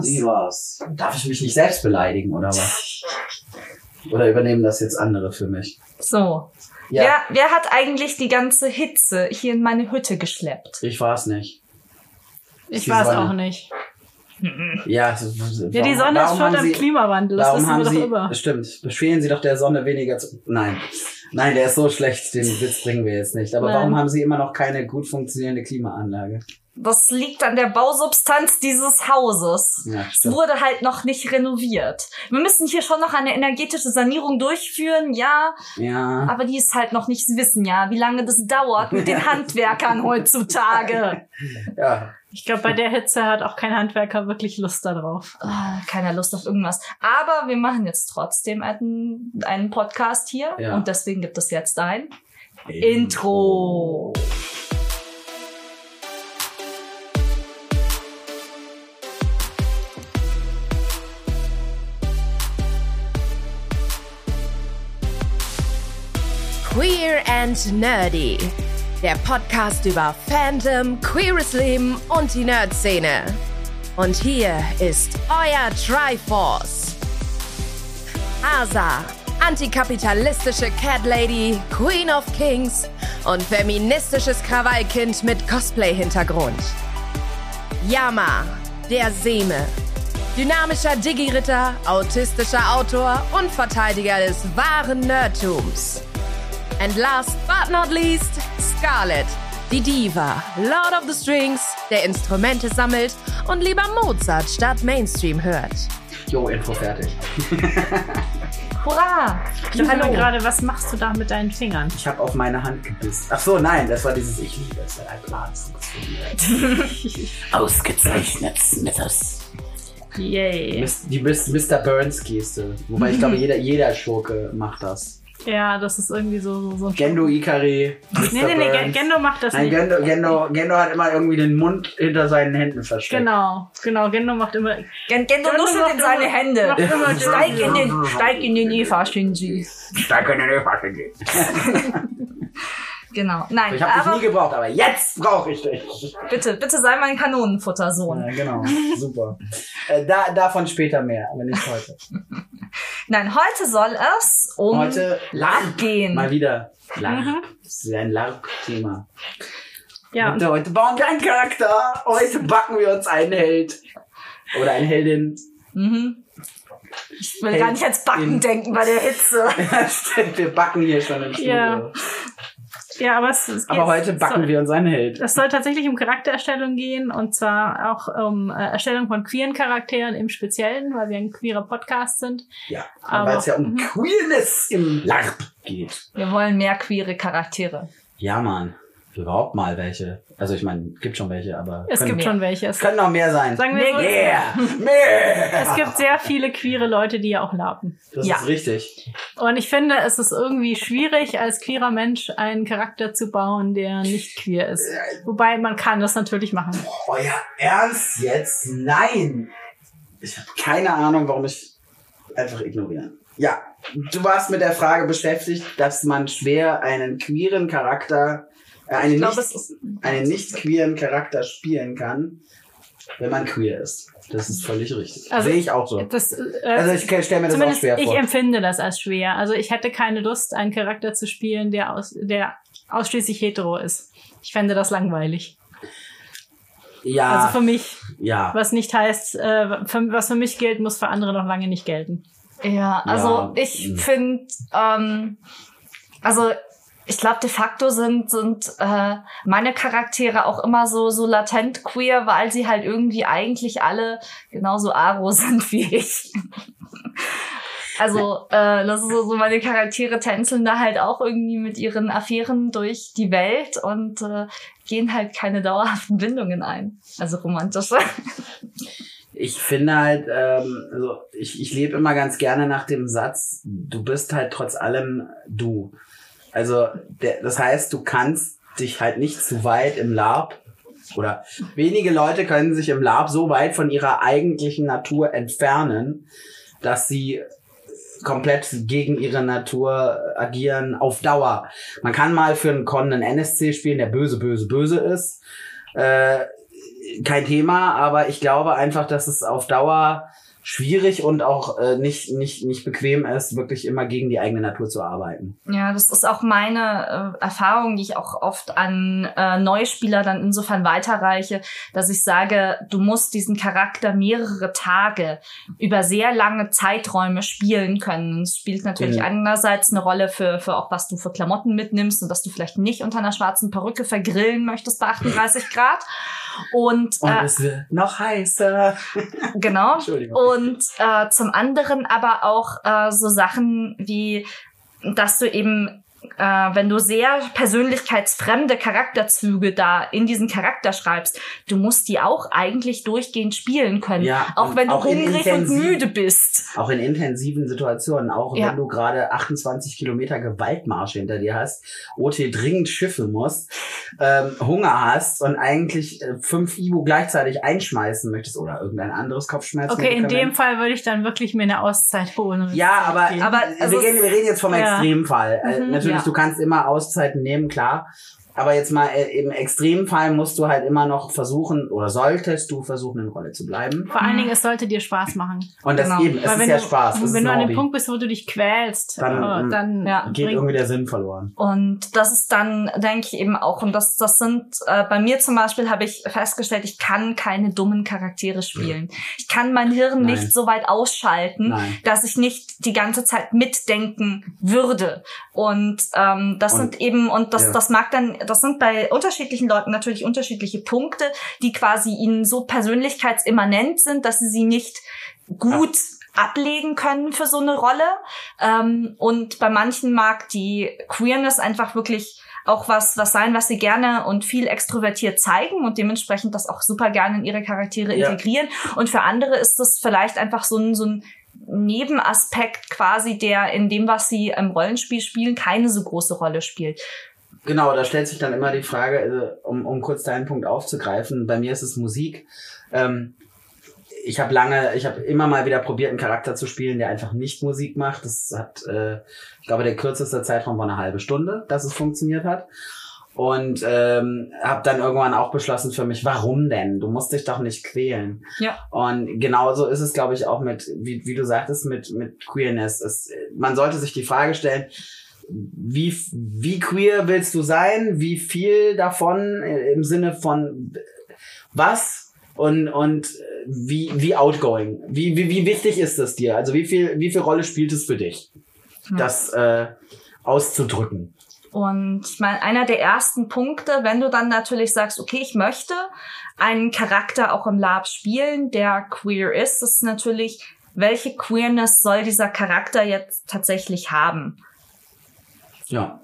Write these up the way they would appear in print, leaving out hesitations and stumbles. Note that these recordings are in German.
Sie war's. Darf ich mich nicht selbst beleidigen, oder was? Oder übernehmen das jetzt andere für mich? So. Ja. Wer hat eigentlich die ganze Hitze hier in meine Hütte geschleppt? Ich war's nicht. Ich Die war es Sonne. auch nicht. Ja, Ja, die Sonne ist schuld am Klimawandel, das wissen wir doch immer. Stimmt, befehlen Sie doch der Sonne weniger zu... Nein, der ist so schlecht, den Witz bringen wir jetzt nicht. Aber Nein. warum haben Sie immer noch keine gut funktionierende Klimaanlage? Das liegt an der Bausubstanz dieses Hauses. Ja, Es stimmt. wurde halt noch nicht renoviert. Wir müssen hier schon noch eine energetische Sanierung durchführen, ja. Ja, Aber die ist halt noch nicht wissen, ja, wie lange das dauert mit den Handwerkern heutzutage. ja. Ich glaube, bei der Hitze hat auch kein Handwerker wirklich Lust darauf. Keiner Lust auf irgendwas. Aber wir machen jetzt trotzdem einen Podcast hier. Ja. Und deswegen gibt es jetzt ein Intro. Queer and Nerdy. Der Podcast über Fandom, queeres Leben und die Nerd-Szene. Und hier ist euer Triforce. Asa, antikapitalistische Cat Lady, Queen of Kings und feministisches Krawallkind mit Cosplay-Hintergrund. Yama, der Seme. Dynamischer Digi-Ritter, autistischer Autor und Verteidiger des wahren Nerdtums. And last but not least, Scarlett, die Diva, Lord of the Strings, der Instrumente sammelt und lieber Mozart statt Mainstream hört. Jo, Info fertig. Hurra! Ich dachte mir gerade, was machst du da mit deinen Fingern? Ich habe auf meine Hand gebissen. Ach so, nein, das war dieses Ich liebe es, wenn ein Plan funktioniert. Ausgezeichnet, Smithers. Yay. Die Mr. Burns-Geste. Wobei ich glaube, jeder Schurke macht das. Ja, das ist irgendwie so ein Gendo Ikari. Nee, Gendo macht das Nein, nicht. Gendo hat immer irgendwie den Mund hinter seinen Händen versteckt. Genau, Gendo macht immer... Gendo nuschelt in seine Hände. macht immer Steig in den Eva, Shinji. Steig in den Eva, Shinji. Genau. Nein, Ich habe dich aber nie gebraucht, aber jetzt brauche ich dich. bitte sei mein Kanonenfuttersohn. Ja, genau, super. Davon später mehr, aber nicht heute. Nein, heute soll es um Heute LARP gehen. Mal wieder LARP. Das ist ein LARP-Thema. Ja, Heute bauen wir einen Charakter. Heute backen wir uns einen Held. Oder eine Heldin. Ich will gar nicht ans Backen denken bei der Hitze. Ja, stimmt, wir backen hier schon im Studio. ja, aber es geht, Aber heute backen wir uns einen Held. Es soll tatsächlich um Charaktererstellung gehen und zwar auch um Erstellung von queeren Charakteren im Speziellen, weil wir ein queerer Podcast sind. Ja, Aber- weil es ja um Queerness im LARP geht. Wir wollen mehr queere Charaktere. Ja, Mann. Überhaupt mal welche. Also ich meine, gibt schon welche, aber Es gibt schon welche. Es können noch mehr sein. sagen wir so, Mehr! es gibt sehr viele queere Leute, die ja auch larpen. Das Ja. ist richtig. Und ich finde, es ist irgendwie schwierig, als queerer Mensch einen Charakter zu bauen, der nicht queer ist. Wobei man kann das natürlich machen. Euer Ernst jetzt? Nein! Ich habe keine Ahnung, warum ich einfach ignorieren. Ja, du warst mit der Frage beschäftigt, dass man schwer einen queeren Charakter, einen nicht queeren Charakter spielen kann, wenn man queer ist. Das ist völlig richtig. Also, sehe ich auch so. Das, Also ich stelle mir das auch zumindest schwer ich vor. empfinde das als schwer. Also ich hätte keine Lust, einen Charakter zu spielen, der ausschließlich hetero ist. Ich fände das langweilig. Ja, Also für mich, ja. was nicht heißt, was für mich gilt, muss für andere noch lange nicht gelten. Ja, also Ja. ich finde, also ich glaube, de facto sind meine Charaktere auch immer so latent queer, weil sie halt irgendwie eigentlich alle genauso aro sind wie ich. Also das ist so meine Charaktere tänzeln da halt auch irgendwie mit ihren Affären durch die Welt und gehen halt keine dauerhaften Bindungen ein. Also romantische. Ich finde halt, also ich lebe immer ganz gerne nach dem Satz, du bist halt trotz allem du. Also das heißt, du kannst dich halt nicht zu weit im LARP, oder wenige Leute können sich im LARP so weit von ihrer eigentlichen Natur entfernen, dass sie komplett gegen ihre Natur agieren auf Dauer. Man kann mal für einen Con einen NSC spielen, der böse, böse, böse ist. kein Thema, aber ich glaube einfach, dass es auf Dauer schwierig und auch nicht bequem ist, wirklich immer gegen die eigene Natur zu arbeiten. Ja, das ist auch meine Erfahrung, die ich auch oft an Neuspieler dann insofern weiterreiche, dass ich sage, du musst diesen Charakter mehrere Tage über sehr lange Zeiträume spielen können. Es spielt natürlich einerseits eine Rolle für auch, was du für Klamotten mitnimmst und dass du vielleicht nicht unter einer schwarzen Perücke vergrillen möchtest bei 38 Grad. Und es wird noch heißer. Genau. Entschuldigung. Und zum anderen aber auch so Sachen wie, dass du eben, wenn du sehr persönlichkeitsfremde Charakterzüge da in diesen Charakter schreibst, du musst die auch eigentlich durchgehend spielen können. Ja, auch wenn du auch hungrig und müde bist. Auch in intensiven Situationen. Auch wenn du gerade 28 Kilometer Gewaltmarsch hinter dir hast, OT dringend schiffen musst, Hunger hast und eigentlich 5 Ibu gleichzeitig einschmeißen möchtest oder irgendein anderes Kopfschmerzmedikament. Okay, in dem Fall würde ich dann wirklich mir eine Auszeit holen. Ja, aber wir reden jetzt vom Extremfall. Natürlich, du kannst immer Auszeiten nehmen, klar. Aber jetzt mal im Extremfall musst du halt immer noch versuchen, oder solltest du versuchen, in Rolle zu bleiben. Vor allen Dingen, es sollte dir Spaß machen. Und das eben, es ist ja Spaß. Wenn du an dem Punkt bist, wo du dich quälst, dann geht irgendwie der Sinn verloren. Und das ist dann, denke ich eben auch, und das sind, bei mir zum Beispiel habe ich festgestellt, ich kann keine dummen Charaktere spielen. Ich kann mein Hirn nicht so weit ausschalten, dass ich nicht die ganze Zeit mitdenken würde. Und das sind eben, und das mag dann, das sind bei unterschiedlichen Leuten natürlich unterschiedliche Punkte, die quasi ihnen so persönlichkeitsimmanent sind, dass sie sie nicht gut ablegen können für so eine Rolle. Und bei manchen mag die Queerness einfach wirklich auch was sein, was sie gerne und viel extrovertiert zeigen und dementsprechend das auch super gerne in ihre Charaktere integrieren. Und für andere ist das vielleicht einfach so ein Nebenaspekt quasi, der in dem, was sie im Rollenspiel spielen, keine so große Rolle spielt. Genau, da stellt sich dann immer die Frage, um kurz deinen Punkt aufzugreifen, bei mir ist es Musik. Ich habe immer mal wieder probiert, einen Charakter zu spielen, der einfach nicht Musik macht. Das hat, ich glaube, der kürzeste Zeitraum war eine halbe Stunde, dass es funktioniert hat. Und habe dann irgendwann auch beschlossen für mich, warum denn? Du musst dich doch nicht quälen. Ja. Und genauso ist es, glaube ich, auch mit, wie du sagtest, mit Queerness. Man sollte sich die Frage stellen, wie queer willst du sein? Wie viel davon im Sinne von was? Und wie outgoing? Wie wichtig ist das dir? Also wie viel Rolle spielt es für dich, das auszudrücken? Und ich meine, einer der ersten Punkte, wenn du dann natürlich sagst, okay, ich möchte einen Charakter auch im Lab spielen, der queer ist, ist natürlich, welche Queerness soll dieser Charakter jetzt tatsächlich haben? Ja.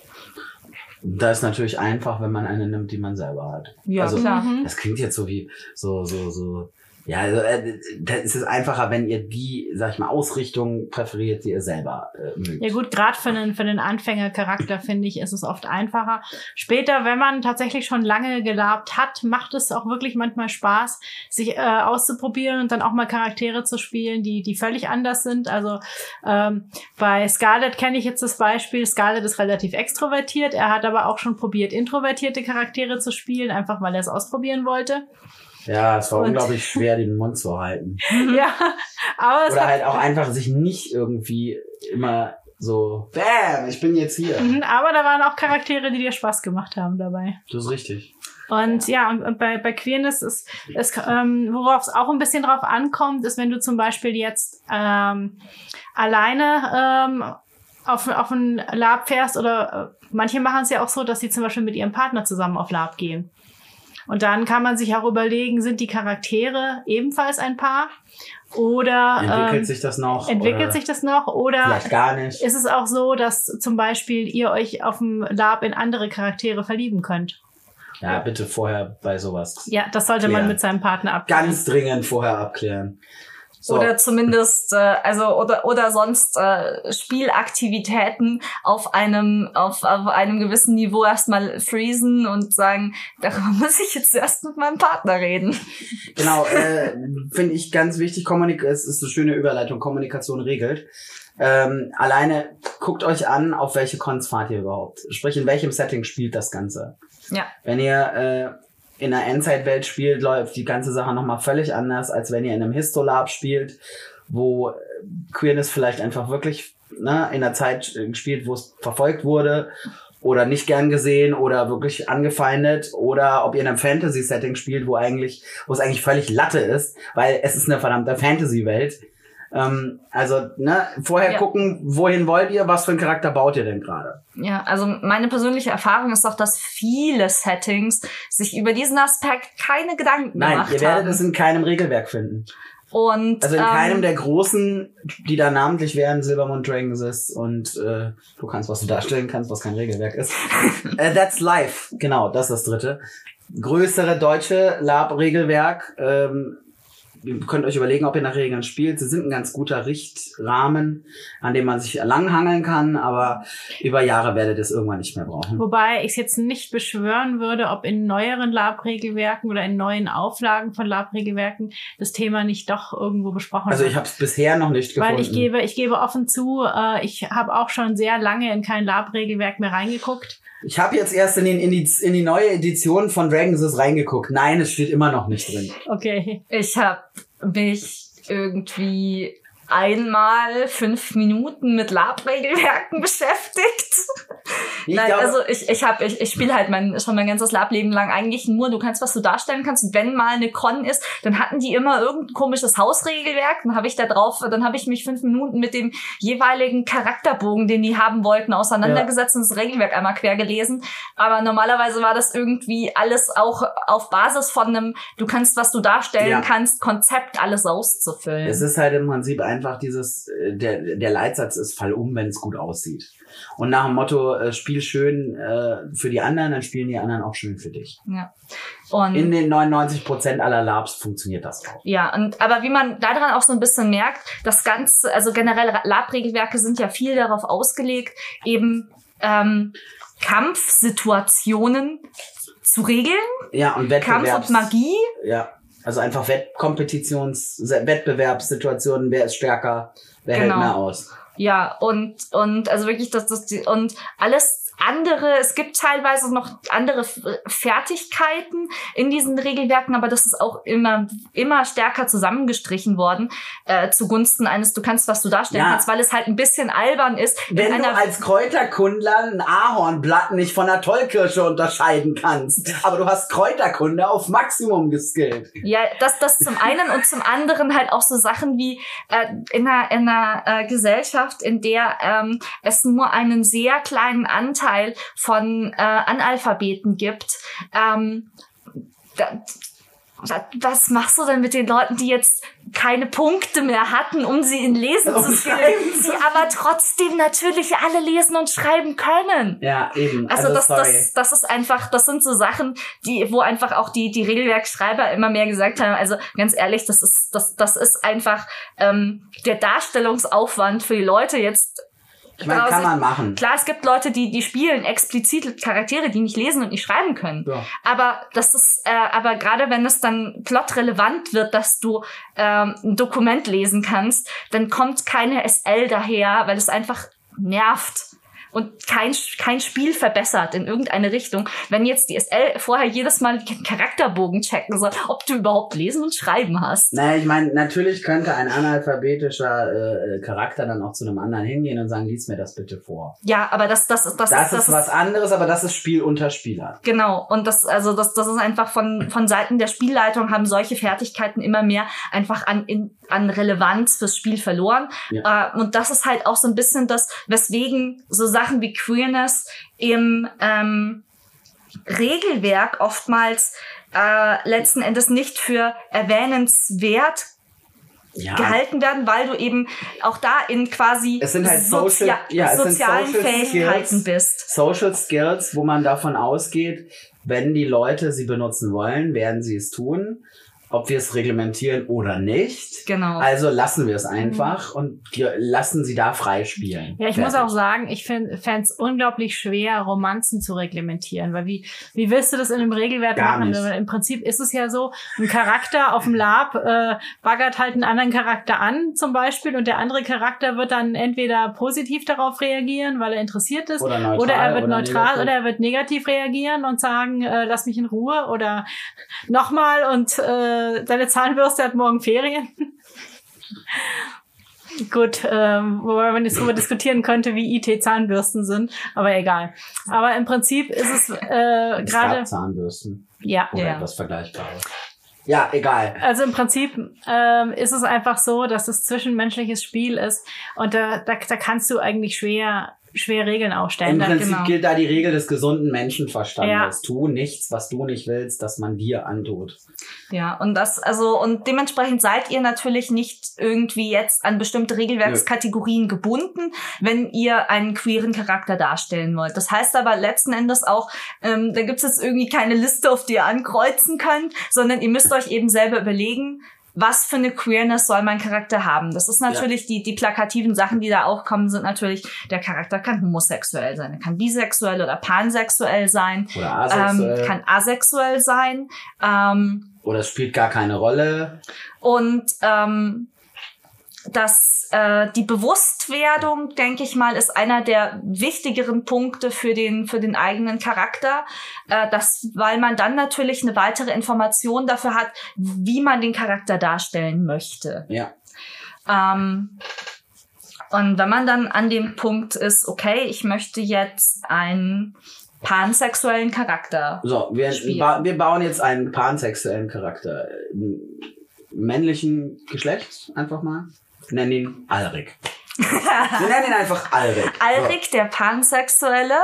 Da ist natürlich einfach, wenn man eine nimmt, die man selber hat. Ja, also, klar. Das klingt jetzt so wie so. Ja, also da ist es einfacher, wenn ihr die, sag ich mal, Ausrichtung präferiert, die ihr selber mögt. Ja gut, gerade für einen Anfängercharakter, finde ich, ist es oft einfacher. Später, wenn man tatsächlich schon lange gelabt hat, macht es auch wirklich manchmal Spaß, sich auszuprobieren und dann auch mal Charaktere zu spielen, die völlig anders sind. Also bei Scarlett kenne ich jetzt das Beispiel. Scarlett ist relativ extrovertiert. Er hat aber auch schon probiert, introvertierte Charaktere zu spielen, einfach weil er es ausprobieren wollte. Ja, es war unglaublich schwer, den Mund zu halten. Ja, aber es oder halt auch einfach sich nicht irgendwie immer so, bam, ich bin jetzt hier. Aber da waren auch Charaktere, die dir Spaß gemacht haben dabei. Das ist richtig. Und und bei Queerness ist worauf es auch ein bisschen drauf ankommt, ist, wenn du zum Beispiel jetzt alleine auf ein Lab fährst oder manche machen es ja auch so, dass sie zum Beispiel mit ihrem Partner zusammen auf Lab gehen. Und dann kann man sich auch überlegen, sind die Charaktere ebenfalls ein Paar? Oder entwickelt sich das noch? Oder vielleicht gar nicht. Ist es auch so, dass zum Beispiel ihr euch auf dem Lab in andere Charaktere verlieben könnt? Ja, bitte vorher bei sowas. Ja, das sollte man mit seinem Partner abklären. Ganz dringend vorher abklären. So. Oder zumindest, oder sonst Spielaktivitäten auf einem gewissen Niveau erstmal freezen und sagen, darüber muss ich jetzt erst mit meinem Partner reden. Genau, finde ich ganz wichtig. Es ist eine schöne Überleitung. Kommunikation regelt. Alleine guckt euch an, auf welche Cons fahrt ihr überhaupt. Sprich, in welchem Setting spielt das Ganze. Ja. Wenn ihr in einer Endzeitwelt spielt, läuft die ganze Sache nochmal völlig anders, als wenn ihr in einem Histolab spielt, wo Queerness vielleicht einfach wirklich in einer Zeit spielt, wo es verfolgt wurde oder nicht gern gesehen oder wirklich angefeindet, oder ob ihr in einem Fantasy-Setting spielt, wo es eigentlich völlig Latte ist, weil es ist eine verdammte Fantasy-Welt. Vorher gucken, wohin wollt ihr, was für einen Charakter baut ihr denn gerade? Ja, also meine persönliche Erfahrung ist auch, dass viele Settings sich über diesen Aspekt keine Gedanken gemacht haben. Nein, ihr werdet es in keinem Regelwerk finden. Und, also in keinem der großen, die da namentlich wären, Silvermond Dragons und du kannst, was du darstellen kannst, was kein Regelwerk ist. That's Life, genau, das ist das dritte. Größere deutsche Lab-Regelwerk. Ihr könnt euch überlegen, ob ihr nach Regeln spielt. Sie sind ein ganz guter Richtrahmen, an dem man sich langhangeln kann, aber über Jahre werdet ihr es irgendwann nicht mehr brauchen. Wobei ich es jetzt nicht beschwören würde, ob in neueren Lab-Regelwerken oder in neuen Auflagen von Lab-Regelwerken das Thema nicht doch irgendwo besprochen wird. Also ich habe es bisher noch nicht gefunden. Weil ich gebe offen zu, ich habe auch schon sehr lange in kein Lab-Regelwerk mehr reingeguckt. Ich habe jetzt erst in die neue Edition von Dragons reingeguckt. Nein, es steht immer noch nicht drin. Okay. Ich habe mich irgendwie einmal 5 Minuten mit Lab-Regelwerken beschäftigt. Ich spiele halt schon mein ganzes Lab-Leben lang eigentlich nur, du kannst, was du darstellen kannst. Und wenn mal eine Con ist, dann hatten die immer irgendein komisches Hausregelwerk. Dann habe ich mich 5 Minuten mit dem jeweiligen Charakterbogen, den die haben wollten, auseinandergesetzt und das Regelwerk einmal quer gelesen. Aber normalerweise war das irgendwie alles auch auf Basis von einem, du kannst, was du darstellen kannst, Konzept alles auszufüllen. Es ist halt im Prinzip einfach dieses, der Leitsatz ist, fall um, wenn es gut aussieht. Und nach dem Motto, spiel schön für die anderen, dann spielen die anderen auch schön für dich. Ja. Und in den 99% aller Labs funktioniert das auch. Ja, aber wie man daran auch so ein bisschen merkt, das Ganze, also generell Lab-Regelwerke sind ja viel darauf ausgelegt, eben Kampfsituationen zu regeln. Ja, und Kampf und Magie. Ja. Also einfach Wettbewerbssituationen, wer ist stärker, wer hält mehr aus. Ja, und also wirklich, und alles andere, es gibt teilweise noch andere Fertigkeiten in diesen Regelwerken, aber das ist auch immer stärker zusammengestrichen worden, zugunsten eines, du kannst, was du darstellen kannst, weil es halt ein bisschen albern ist. Wenn du als Kräuterkundler ein Ahornblatt nicht von einer Tollkirsche unterscheiden kannst, aber du hast Kräuterkunde auf Maximum geskillt. Ja, das zum einen und zum anderen halt auch so Sachen wie in einer Gesellschaft, in der es nur einen sehr kleinen Anteil von Analphabeten gibt. Was machst du denn mit den Leuten, die jetzt keine Punkte mehr hatten, um sie in Lesen zu skillen, die aber trotzdem natürlich alle lesen und schreiben können? Ja, eben. Also das ist einfach, das sind so Sachen, wo einfach auch die Regelwerkschreiber immer mehr gesagt haben, also ganz ehrlich, das ist einfach der Darstellungsaufwand für die Leute jetzt. Ich meine, kann man machen. Klar, es gibt Leute, die spielen explizit Charaktere, die nicht lesen und nicht schreiben können. Ja. Aber das ist, aber gerade wenn es dann plotrelevant wird, dass du ein Dokument lesen kannst, dann kommt keine SL daher, weil es einfach nervt und kein Spiel verbessert in irgendeine Richtung, wenn jetzt die SL vorher jedes Mal den Charakterbogen checken soll, ob du überhaupt lesen und schreiben hast. Naja, ich meine, natürlich könnte ein analphabetischer Charakter dann auch zu einem anderen hingehen und sagen, lies mir das bitte vor. Ja, aber das ist was anderes, aber das ist Spiel unter Spieler. Genau, und das ist einfach von Seiten der Spielleitung haben solche Fertigkeiten immer mehr einfach an Relevanz fürs Spiel verloren. Ja. Und das ist halt auch so ein bisschen das, weswegen so Sachen wie Queerness im Regelwerk oftmals letzten Endes nicht für erwähnenswert gehalten werden, weil du eben auch da in quasi sozialen Fähigkeiten bist. Social Skills, wo man davon ausgeht, wenn die Leute sie benutzen wollen, werden sie es tun. ob wir es reglementieren oder nicht. Genau. Also lassen wir es einfach und lassen sie da frei spielen. Ja, ich muss auch sagen, ich fände es unglaublich schwer, Romanzen zu reglementieren, weil wie willst du das in einem Regelwerk machen? Nicht. Im Prinzip ist es ja so, ein Charakter auf dem Lab baggert halt einen anderen Charakter an zum Beispiel und der andere Charakter wird dann entweder positiv darauf reagieren, weil er interessiert ist, oder er wird neutral oder er wird negativ reagieren und sagen, lass mich in Ruhe oder nochmal und deine Zahnbürste hat morgen Ferien. Gut, wobei man jetzt darüber diskutieren könnte, wie IT-Zahnbürsten sind, aber egal. Aber im Prinzip ist es gerade Zahnbürsten. Ja. Oder etwas Vergleichbares. Ja, egal. Also im Prinzip ist es einfach so, dass es zwischenmenschliches Spiel ist und da kannst du eigentlich schwer Regeln aufstellen. Im Prinzip gilt da die Regel des gesunden Menschenverstandes. Tu nichts, was du nicht willst, dass man dir antut. Ja, und und dementsprechend seid ihr natürlich nicht irgendwie jetzt an bestimmte Regelwerkskategorien gebunden, wenn ihr einen queeren Charakter darstellen wollt. Das heißt aber letzten Endes auch, da gibt's jetzt irgendwie keine Liste, auf die ihr ankreuzen könnt, sondern ihr müsst euch eben selber überlegen, was für eine Queerness soll mein Charakter haben? Das ist natürlich die plakativen Sachen, die da aufkommen, sind natürlich, der Charakter kann homosexuell sein, er kann bisexuell oder pansexuell sein, oder asexuell. Kann asexuell sein. Oder es spielt gar keine Rolle. Und die Bewusstwerdung, denke ich mal, ist einer der wichtigeren Punkte für den eigenen Charakter, weil man dann natürlich eine weitere Information dafür hat, wie man den Charakter darstellen möchte. Ja. Und wenn man dann an dem Punkt ist, okay, ich möchte jetzt einen pansexuellen Charakter wir bauen jetzt einen pansexuellen Charakter. Männlichen Geschlechts, einfach mal. Wir nennen ihn Alrik. Wir nennen ihn einfach Alrik. Alrik, der pansexuelle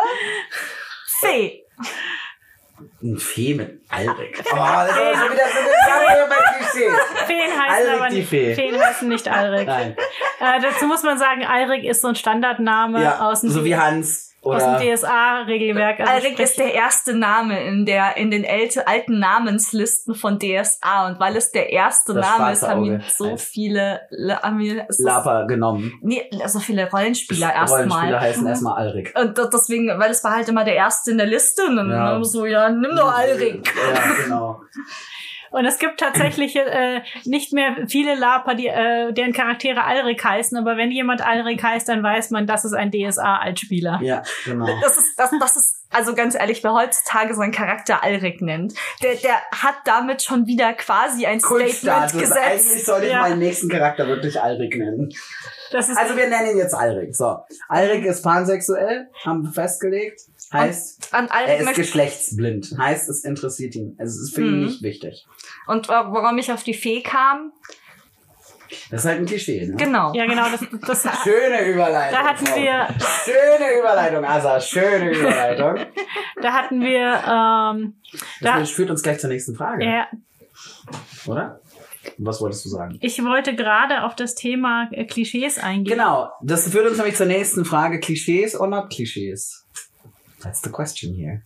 Fee. Ein Fee mit Alrik. Oh, das ist schon wieder bei Klischee. Feen heißen Alrik, aber die Fee. Feen heißen nicht Alrik. Nein. Dazu muss man sagen, Alrik ist so ein Standardname aus dem so wie Hans. Aus dem DSA-Regelwerk. Also Alrik ist der erste Name in den alten Namenslisten von DSA. Und weil es der erste Name ist, haben ihn so viele Lapa genommen. Nee, so viele Rollenspieler erstmal. Rollenspieler heißen erstmal Alrik. Und deswegen, weil es war halt immer der erste in der Liste. Und dann so, nimm doch Alrik. Ja, genau. Und es gibt tatsächlich nicht mehr viele Lapa, deren Charaktere Alrik heißen, aber wenn jemand Alrik heißt, dann weiß man, das ist ein DSA-Altspieler. Ja, genau. Das ist, also ganz ehrlich, wer heutzutage seinen Charakter Alrik nennt, der hat damit schon wieder quasi ein Statement gesetzt. Eigentlich sollte ich meinen nächsten Charakter wirklich Alrik nennen. Also wir nennen ihn jetzt Alrik. So, Alrik ist pansexuell, haben wir festgelegt. Heißt, er ist geschlechtsblind. Heißt, es interessiert ihn. Also es ist für ihn nicht wichtig. Und warum ich auf die Fee kam? Das ist halt ein Klischee, ne? Genau. Ja, genau. Das schöne Überleitung. Da hatten wir... Schöne Überleitung, Asa. Schöne Überleitung. Da hatten wir... Das führt uns gleich zur nächsten Frage. Ja. Oder? Was wolltest du sagen? Ich wollte gerade auf das Thema Klischees eingehen. Genau. Das führt uns nämlich zur nächsten Frage. Klischees or not Klischees? That's the question here.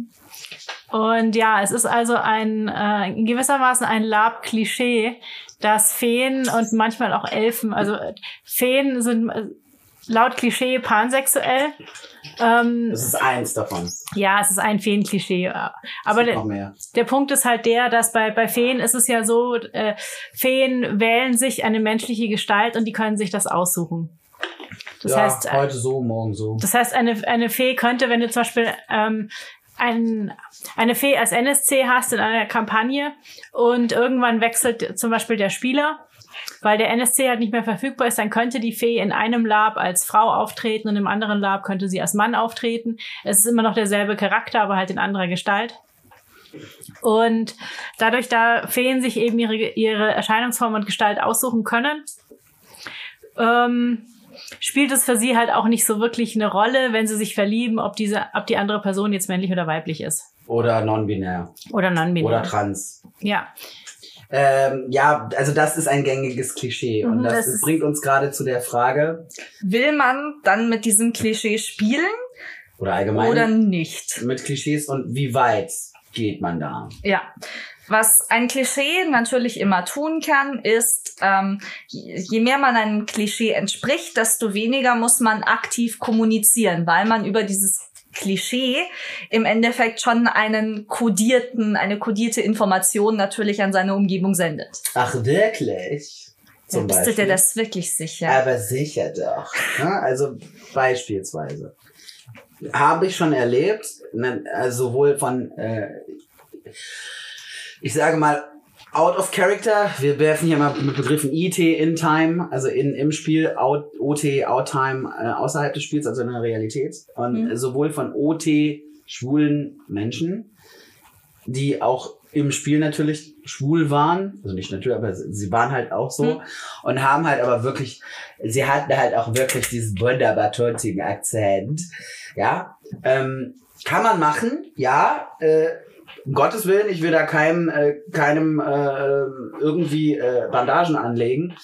Und ja, es ist also in gewissermaßen ein Lab-Klischee, dass Feen und manchmal auch Elfen, also Feen sind laut Klischee pansexuell. Das ist eins davon. Ja, es ist ein Feen-Klischee. Aber der Punkt ist halt dass bei Feen ist es ja so, Feen wählen sich eine menschliche Gestalt und die können sich das aussuchen. Das heißt, heute so, morgen so. Das heißt, eine Fee könnte, wenn du zum Beispiel eine Fee als NSC hast in einer Kampagne und irgendwann wechselt zum Beispiel der Spieler, weil der NSC halt nicht mehr verfügbar ist, dann könnte die Fee in einem Lab als Frau auftreten und im anderen Lab könnte sie als Mann auftreten. Es ist immer noch derselbe Charakter, aber halt in anderer Gestalt. Und dadurch, da Feen sich eben ihre Erscheinungsform und Gestalt aussuchen können, spielt es für sie halt auch nicht so wirklich eine Rolle, wenn sie sich verlieben, ob die andere Person jetzt männlich oder weiblich ist. Oder non-binär. Oder trans. Ja. Also das ist ein gängiges Klischee. Und das bringt uns gerade zu der Frage: Will man dann mit diesem Klischee spielen? Oder allgemein? Oder nicht? Mit Klischees und wie weit geht man da? Ja. Was ein Klischee natürlich immer tun kann, ist, je mehr man einem Klischee entspricht, desto weniger muss man aktiv kommunizieren, weil man über dieses Klischee im Endeffekt schon eine kodierte Information natürlich an seine Umgebung sendet. Ach, wirklich? Zum Beispiel? Bist du dir das wirklich sicher? Aber sicher doch. Ja, also beispielsweise habe ich schon erlebt, also sowohl von, ich sage mal, out of character, wir werfen hier mal mit Begriffen IT, in time, also im Spiel, OT, out time, außerhalb des Spiels, also in der Realität. Und sowohl von OT, schwulen Menschen, die auch im Spiel natürlich schwul waren, also nicht natürlich, aber sie waren halt auch so und haben halt aber wirklich, sie hatten halt auch wirklich diesen wunderbar tontigen Akzent, ja, kann man machen, ja, um Gottes Willen, ich will da keinem irgendwie Bandagen anlegen,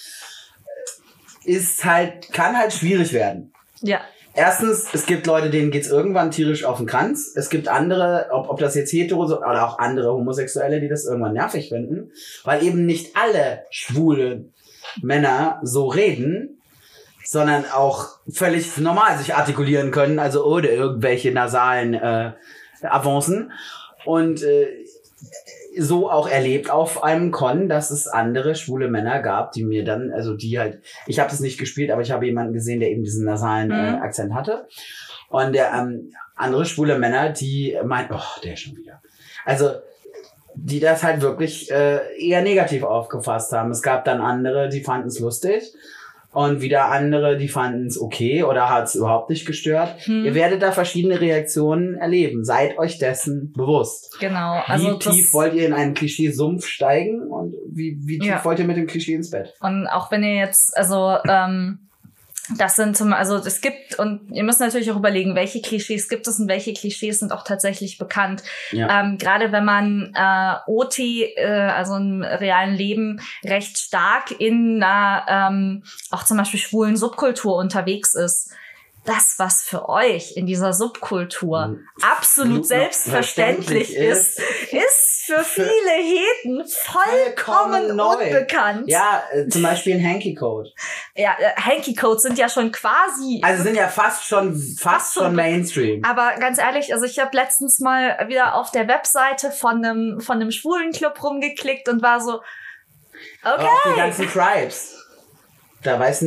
kann halt schwierig werden. Ja. Erstens, es gibt Leute, denen geht's irgendwann tierisch auf den Kranz. Es gibt andere, ob das jetzt hetero oder auch andere Homosexuelle, die das irgendwann nervig finden, weil eben nicht alle schwule Männer so reden, sondern auch völlig normal sich artikulieren können, also ohne irgendwelche nasalen Avancen. Und so auch erlebt auf einem Con, dass es andere schwule Männer gab, die mir dann, also die halt, ich habe das nicht gespielt, aber ich habe jemanden gesehen, der eben diesen nasalen Akzent hatte. Und der andere schwule Männer, die meinten, oh, der schon wieder. Also die das halt wirklich eher negativ aufgefasst haben. Es gab dann andere, die fanden es lustig. Und wieder andere, die fanden es okay oder hat es überhaupt nicht gestört. Ihr werdet da verschiedene Reaktionen erleben. Seid euch dessen bewusst. Genau. Also wie tief wollt ihr in einen Klischee-Sumpf steigen und wie tief wollt ihr mit dem Klischee ins Bett? Und auch wenn ihr jetzt, das sind es gibt, und ihr müsst natürlich auch überlegen, welche Klischees gibt es und welche Klischees sind auch tatsächlich bekannt. Ja. Gerade wenn man OT, also im realen Leben, recht stark in einer auch zum Beispiel schwulen Subkultur unterwegs ist. Das, was für euch in dieser Subkultur absolut selbstverständlich ist für viele Heten vollkommen unbekannt. Ja, zum Beispiel ein Hanky-Code. Ja, Hanky-Codes sind ja schon quasi... Also sind ja fast schon Mainstream. Aber ganz ehrlich, also ich habe letztens mal wieder auf der Webseite von einem schwulen Club rumgeklickt und war so, okay. Aber auch die ganzen Tribes. Da weiß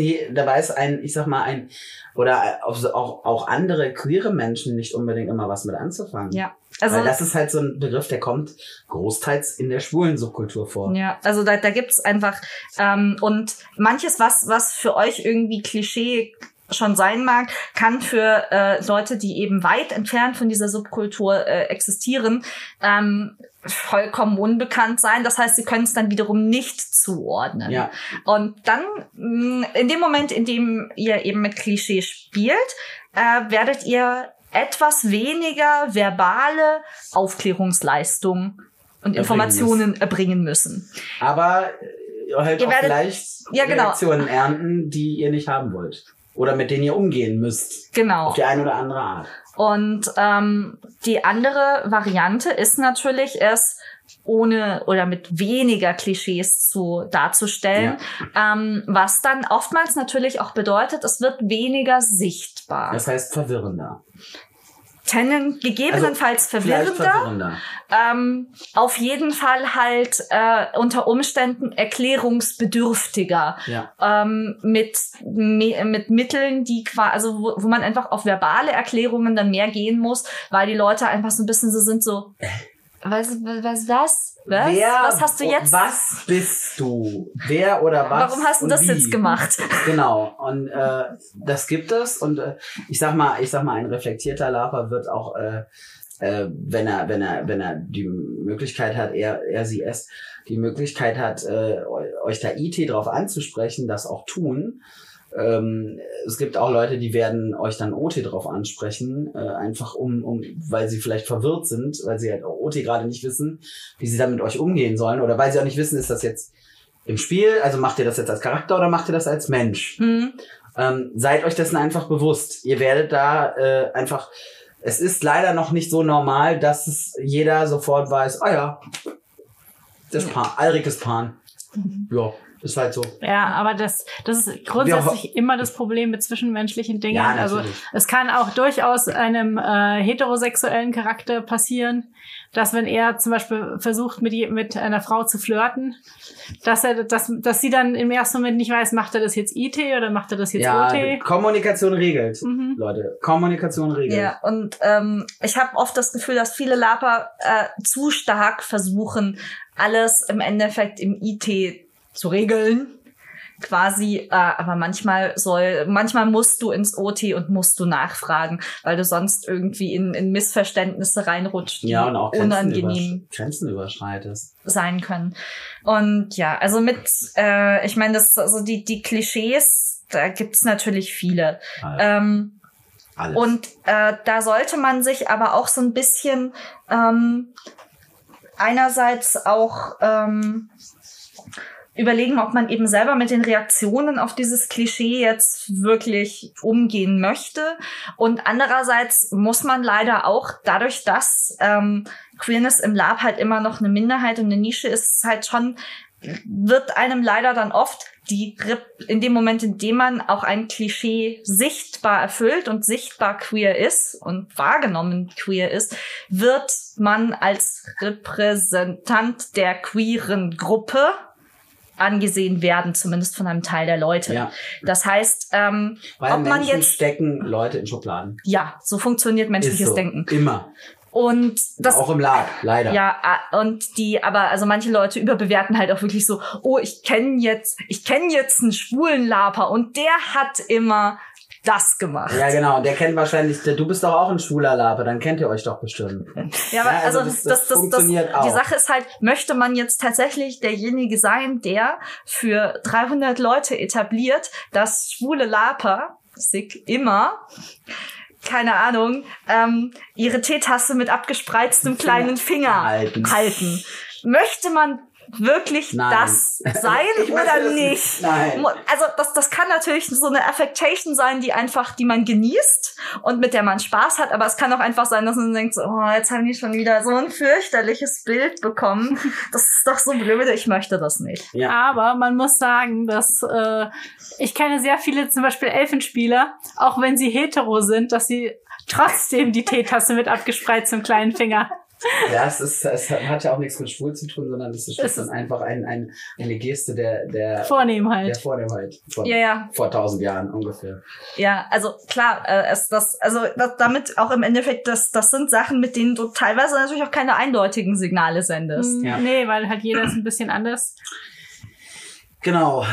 auch andere queere Menschen nicht unbedingt immer was mit anzufangen. Ja. Also, weil das ist halt so ein Begriff, der kommt großteils in der schwulen Subkultur vor. Ja, also da gibt's einfach und manches, was für euch irgendwie Klischee schon sein mag, kann für Leute, die eben weit entfernt von dieser Subkultur existieren, vollkommen unbekannt sein. Das heißt, sie können es dann wiederum nicht zuordnen. Ja. Und dann, in dem Moment, in dem ihr eben mit Klischee spielt, werdet ihr etwas weniger verbale Aufklärungsleistung und Informationen erbringen müssen. Aber halt ihr auch vielleicht Reaktionen ernten, die ihr nicht haben wollt. Oder mit denen ihr umgehen müsst. Genau. Auf die eine oder andere Art. Und die andere Variante ist natürlich, es ohne oder mit weniger Klischees darzustellen, was dann oftmals natürlich auch bedeutet, es wird weniger sichtbar. Das heißt verwirrender. Gegebenenfalls verwirrender. Auf jeden Fall halt unter Umständen erklärungsbedürftiger. Ja. Mit Mitteln, die wo man einfach auf verbale Erklärungen dann mehr gehen muss, weil die Leute einfach so ein bisschen so sind, so was? Was hast du jetzt? Was bist du? Wer oder was? Warum hast du das jetzt gemacht? Genau. Und das gibt es. Und ich sag mal, ein reflektierter Laper wird auch, wenn er die Möglichkeit hat, es die Möglichkeit hat, euch da IT drauf anzusprechen, das auch tun. Es gibt auch Leute, die werden euch dann OT drauf ansprechen, einfach weil sie vielleicht verwirrt sind, weil sie halt auch OT gerade nicht wissen, wie sie dann mit euch umgehen sollen, oder weil sie auch nicht wissen, ist das jetzt im Spiel, also macht ihr das jetzt als Charakter oder macht ihr das als Mensch? Seid euch dessen einfach bewusst. Ihr werdet da es ist leider noch nicht so normal, dass es jeder sofort weiß, Das Pan. Alrik ist Pan. Ja, ist halt so. Ja, aber das ist grundsätzlich immer das Problem mit zwischenmenschlichen Dingen. Ja, also es kann auch durchaus einem heterosexuellen Charakter passieren, dass wenn er zum Beispiel versucht, mit einer Frau zu flirten, dass sie dann im ersten Moment nicht weiß, macht er das jetzt IT oder macht er das jetzt OT? Kommunikation regelt, Leute. Kommunikation regelt. Ja, und ich habe oft das Gefühl, dass viele Laper zu stark versuchen, alles im Endeffekt im IT zu regeln. Quasi, aber manchmal musst du ins OT und musst du nachfragen, weil du sonst irgendwie in Missverständnisse reinrutscht, die und auch unangenehm Grenzen überschreitest sein können. Und ja, also ich meine, die Klischees, da gibt's natürlich viele. Alles. Und da sollte man sich aber auch so ein bisschen einerseits auch überlegen, ob man eben selber mit den Reaktionen auf dieses Klischee jetzt wirklich umgehen möchte. Und andererseits muss man leider auch, dadurch, dass Queerness im Lab halt immer noch eine Minderheit und eine Nische ist, halt schon, wird einem leider dann oft in dem Moment, in dem man auch ein Klischee sichtbar erfüllt und sichtbar queer ist und wahrgenommen queer ist, wird man als Repräsentant der queeren Gruppe angesehen werden, zumindest von einem Teil der Leute. Ja. Das heißt, weil ob man Menschen jetzt stecken Leute in Schubladen. Ja, so funktioniert menschliches so. Denken. Immer. Und das auch im Lab, leider. Ja, und also manche Leute überbewerten halt auch wirklich so, oh, ich kenne jetzt einen schwulen Laper und der hat immer das gemacht. Ja, genau. Und der kennt wahrscheinlich, du bist doch auch ein schwuler Laper, dann kennt ihr euch doch bestimmt. Ja, aber also das funktioniert auch. Die Sache ist halt, möchte man jetzt tatsächlich derjenige sein, der für 300 Leute etabliert, dass schwule Laper immer, keine Ahnung, ihre Teetasse mit abgespreiztem kleinen Finger halten. Möchte man wirklich das sein oder nicht? Nein. Also das kann natürlich so eine Affectation sein, die man genießt und mit der man Spaß hat, aber es kann auch einfach sein, dass man denkt, so, oh, jetzt haben die schon wieder so ein fürchterliches Bild bekommen. Das ist doch so blöd, ich möchte das nicht. Ja. Aber man muss sagen, dass ich kenne sehr viele zum Beispiel Elfenspieler, auch wenn sie hetero sind, dass sie trotzdem die Teetasse mit abgespreiztem kleinen Finger. Ja, es hat ja auch nichts mit schwul zu tun, sondern es ist dann einfach eine Geste der Vornehmheit. Der Vornehmheit vor 1000 Jahren ungefähr. Ja, also klar, damit auch im Endeffekt, das sind Sachen, mit denen du teilweise natürlich auch keine eindeutigen Signale sendest. Ja. Nee, weil halt jeder ist ein bisschen anders. Genau.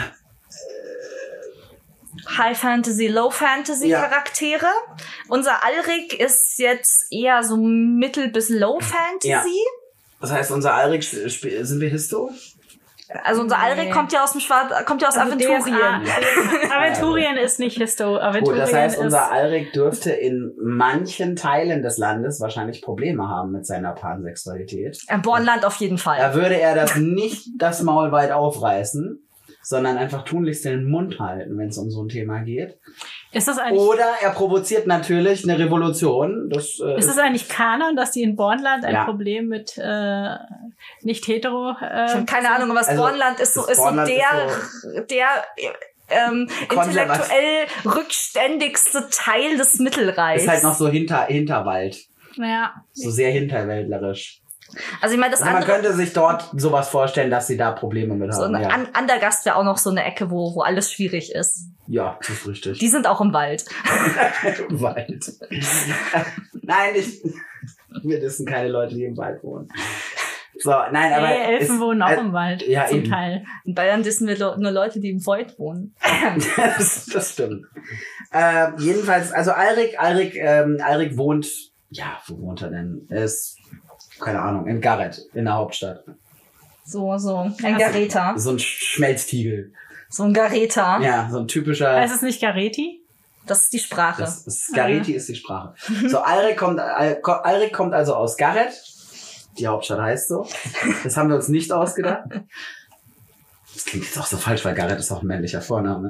High Fantasy, Low Fantasy Charaktere. Unser Alrik ist jetzt eher so Mittel bis Low Fantasy. Ja. Das heißt, unser Alrik, sind wir Histo? Also unser Alrik kommt ja aus Aventurien. Aventurien ist nicht Histo. Gut, das heißt, unser Alrik dürfte in manchen Teilen des Landes wahrscheinlich Probleme haben mit seiner Pansexualität. Im Bornland auf jeden Fall. Da würde er nicht das Maul weit aufreißen, sondern einfach tunlichst den Mund halten, wenn es um so ein Thema geht. Ist das eigentlich Oder er provoziert natürlich eine Revolution. Ist es eigentlich Kanon, dass die in Bornland ein Problem mit nicht hetero... ich habe keine Ahnung, was Bornland ist. Der intellektuell rückständigste Teil des Mittelreichs. Ist halt noch so Hinterwald. Ja. So sehr hinterwäldlerisch. Also ich meine, man könnte sich dort sowas vorstellen, dass sie da Probleme mit haben. Andergast wäre auch noch so eine Ecke, wo alles schwierig ist. Ja, das ist richtig. Die sind auch im Wald. Im Wald. Nein, wir wissen keine Leute, die im Wald wohnen. So, nein, aber Elfen wohnen auch im Wald, ja, zum Teil. In Bayern wissen wir nur Leute, die im Wald wohnen. das stimmt. Jedenfalls, also Alrik wohnt, wo wohnt er denn? Er ist, keine Ahnung, in Gareth, in der Hauptstadt. So, ein Gareta. So ein Schmelztiegel. So ein Gareta. Ja, so ein typischer... Heißt es nicht Gareti? Das ist die Sprache. Gareti ist die Sprache. So, Alrik kommt also aus Gareth. Die Hauptstadt heißt so. Das haben wir uns nicht ausgedacht. Das klingt jetzt auch so falsch, weil Gareth ist auch ein männlicher Vorname.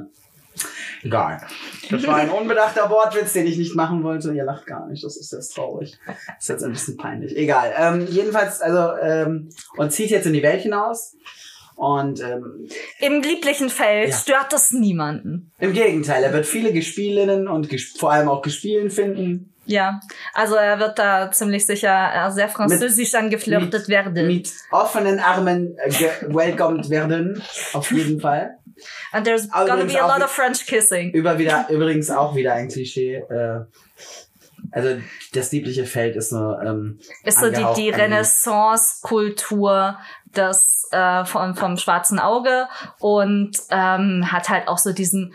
Egal. Das war ein unbedachter Wortwitz, den ich nicht machen wollte. Ihr lacht gar nicht, das ist jetzt traurig. Das ist jetzt ein bisschen peinlich. Egal. Jedenfalls, und zieht jetzt in die Welt hinaus. Und im lieblichen Feld stört das niemanden. Im Gegenteil, er wird viele Gespielinnen und vor allem auch Gespielen finden. Ja, also er wird da ziemlich sicher sehr französisch angeflirtet werden. Mit offenen Armen welcomed werden, auf jeden Fall. And there's gonna be a lot of French kissing. Übrigens auch wieder ein Klischee. Also das liebliche Feld ist so ist so die Renaissance-Kultur vom schwarzen Auge und hat halt auch so diesen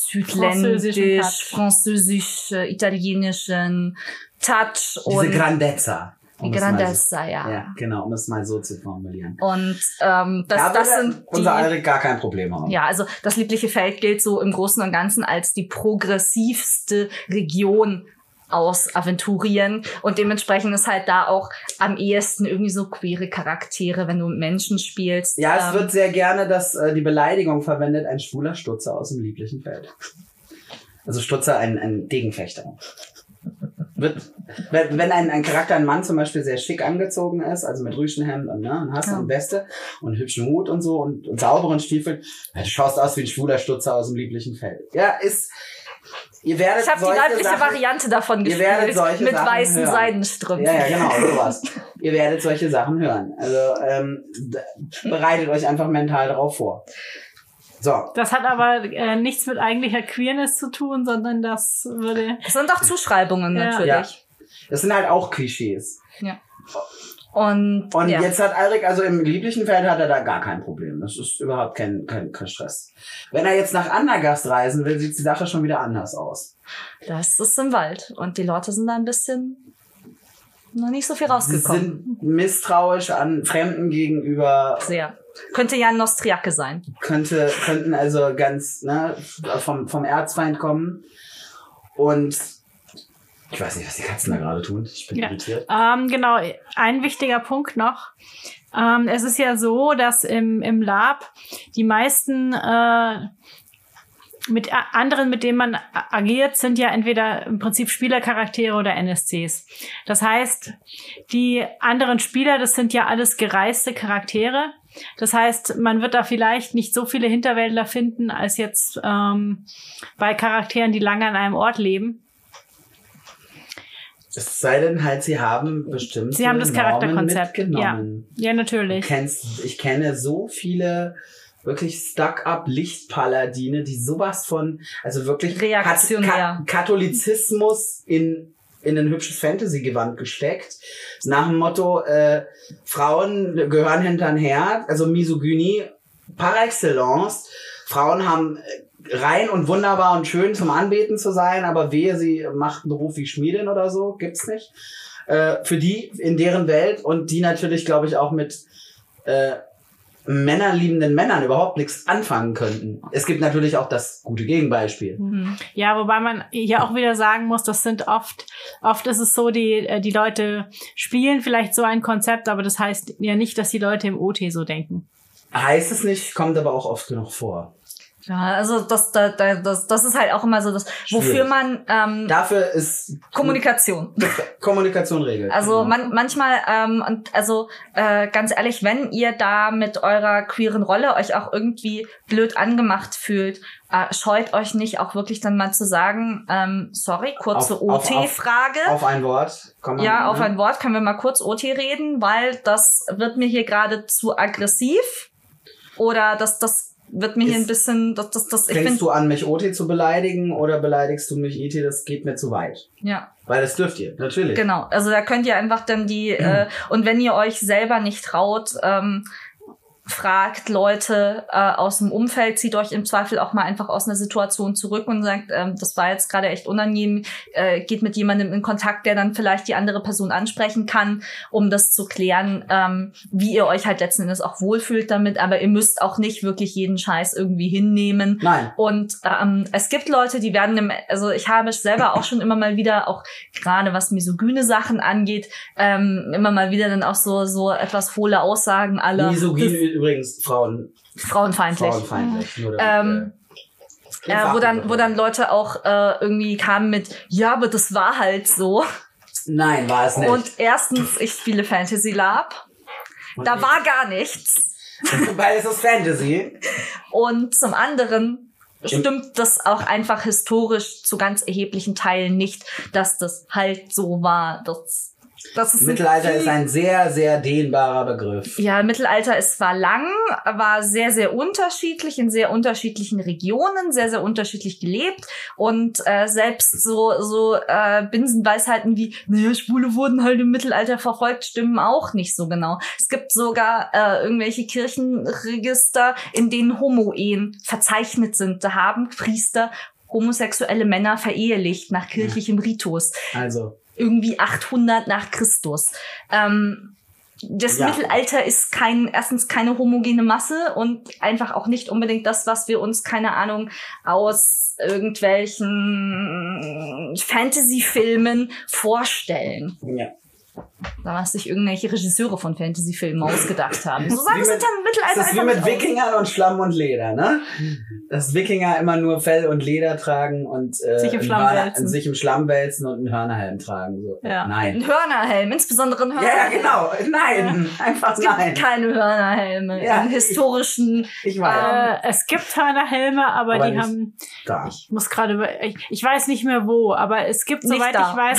französisch, italienischen Touch. Diese Grandezza. Ja, genau, um es mal so zu formulieren. Und das sind unser Alrik gar kein Problem haben. Ja, also das liebliche Feld gilt so im Großen und Ganzen als die progressivste Region aus Aventurien und dementsprechend ist halt da auch am ehesten irgendwie so queere Charaktere, wenn du mit Menschen spielst. Ja, es wird sehr gerne die Beleidigung verwendet, ein schwuler Stutzer aus dem lieblichen Feld. Also Stutzer, ein Degenfechter. Wenn ein Charakter, ein Mann zum Beispiel sehr schick angezogen ist, also mit Rüschenhemd und Hasse und Weste und hübschen Hut und so und sauberen Stiefeln, du schaust aus wie ein schwuler Stutzer aus dem lieblichen Feld. Ja, ihr werdet ich habe die weibliche Variante davon gespielt, mit Sachen weißen hören. Seidenstrümpfen. Ja, genau, sowas. Ihr werdet solche Sachen hören. Also bereitet euch einfach mental darauf vor. So. Das hat aber nichts mit eigentlicher Queerness zu tun, sondern das sind auch Zuschreibungen natürlich. Ja. Das sind halt auch Klischees. Ja. Und jetzt hat Alrik, also im lieblichen Feld hat er da gar kein Problem. Das ist überhaupt kein Stress. Wenn er jetzt nach Andergast reisen will, sieht die Sache schon wieder anders aus. Das ist im Wald. Und die Leute sind da ein bisschen noch nicht so viel rausgekommen. Sie sind misstrauisch an Fremden gegenüber. Sehr. Könnte ja ein Nostriake sein. Könnten also ganz vom Erzfeind kommen. Und ich weiß nicht, was die Katzen da gerade tun. Ich bin irritiert. Genau, ein wichtiger Punkt noch. Es ist ja so, dass im Lab die meisten mit denen man agiert, sind ja entweder im Prinzip Spielercharaktere oder NSCs. Das heißt, die anderen Spieler, das sind ja alles gereiste Charaktere. Das heißt, man wird da vielleicht nicht so viele Hinterwäldler finden, als jetzt bei Charakteren, die lange an einem Ort leben. Es sei denn halt, sie haben bestimmt. Sie haben das Charakterkonzept mitgenommen. Ja, natürlich. Ich kenne so viele wirklich stuck-up Lichtpaladine, die sowas von, also wirklich Katholizismus in ein hübsches Fantasy-Gewand gesteckt. Nach dem Motto, Frauen gehören hintern her, also Misogynie par excellence. Frauen haben rein und wunderbar und schön zum Anbeten zu sein, aber wehe, sie macht einen Beruf wie Schmiedin oder so, gibt's nicht. Für die, in deren Welt und die natürlich, glaube ich, auch mit männerliebenden Männern überhaupt nichts anfangen könnten. Es gibt natürlich auch das gute Gegenbeispiel. Ja, wobei man hier auch wieder sagen muss, das sind oft ist es so, die Leute spielen vielleicht so ein Konzept, aber das heißt ja nicht, dass die Leute im OT so denken. Heißt es nicht, kommt aber auch oft genug vor. Ja, also das ist halt auch immer so das, wofür man dafür ist Kommunikation regelt. Also manchmal ganz ehrlich, wenn ihr da mit eurer queeren Rolle euch auch irgendwie blöd angemacht fühlt, scheut euch nicht auch wirklich dann mal zu sagen, sorry, kurze OT-Frage. Auf ein Wort. Auf ein Wort können wir mal kurz OT reden, weil das wird mir hier gerade zu aggressiv oder das wird mir hier ein bisschen, fängst du an, mich OT zu beleidigen oder beleidigst du mich IT? Das geht mir zu weit. Ja. Weil das dürft ihr, natürlich. Genau, also da könnt ihr einfach dann und wenn ihr euch selber nicht traut, fragt Leute aus dem Umfeld, zieht euch im Zweifel auch mal einfach aus einer Situation zurück und sagt, das war jetzt gerade echt unangenehm, geht mit jemandem in Kontakt, der dann vielleicht die andere Person ansprechen kann, um das zu klären, wie ihr euch halt letzten Endes auch wohlfühlt damit, aber ihr müsst auch nicht wirklich jeden Scheiß irgendwie hinnehmen. Nein. Und es gibt Leute, die werden also ich habe selber auch schon immer mal wieder, auch gerade was misogyne Sachen angeht, immer mal wieder dann auch so etwas hohle Aussagen aller Misogyne übrigens frauenfeindlich. Frauenfeindlich. wo dann Leute auch irgendwie kamen mit, ja, aber das war halt so. Nein, war es nicht. Und erstens, ich spiele Fantasy Lab. Da war gar nichts. Weil es ist Fantasy. Und zum anderen stimmt das auch einfach historisch zu ganz erheblichen Teilen nicht, dass das halt so war. Das ist Mittelalter ist ein sehr, sehr dehnbarer Begriff. Ja, Mittelalter war lang, war sehr, sehr unterschiedlich, in sehr unterschiedlichen Regionen, sehr, sehr unterschiedlich gelebt. Und selbst so Binsenweisheiten wie, naja, Schwule wurden halt im Mittelalter verfolgt, stimmen auch nicht so genau. Es gibt sogar irgendwelche Kirchenregister, in denen Homo-Ehen verzeichnet sind. Da haben Priester homosexuelle Männer verehelicht nach kirchlichem Ritus. Also irgendwie 800 nach Christus. Das Mittelalter ist erstens keine homogene Masse und einfach auch nicht unbedingt das, was wir uns, keine Ahnung, aus irgendwelchen Fantasy-Filmen vorstellen. Ja. Da was sich irgendwelche Regisseure von Fantasy-Filmen ausgedacht haben. So sagen sie dann im Mittelalter. Das ist wie mit Wikingern und Schlamm und Leder, ne? Dass Wikinger immer nur Fell und Leder tragen und sich im Schlamm wälzen und einen Hörnerhelm tragen. So. Ja. Nein. Ein Hörnerhelm, insbesondere ein Hörnerhelm. Ja, genau. Nein, einfach nein. Es gibt keine Hörnerhelme in historischen... Ich weiß. Es gibt Hörnerhelme, aber die haben... Da. Ich muss gerade... Ich weiß nicht mehr wo, aber es gibt, soweit ich weiß,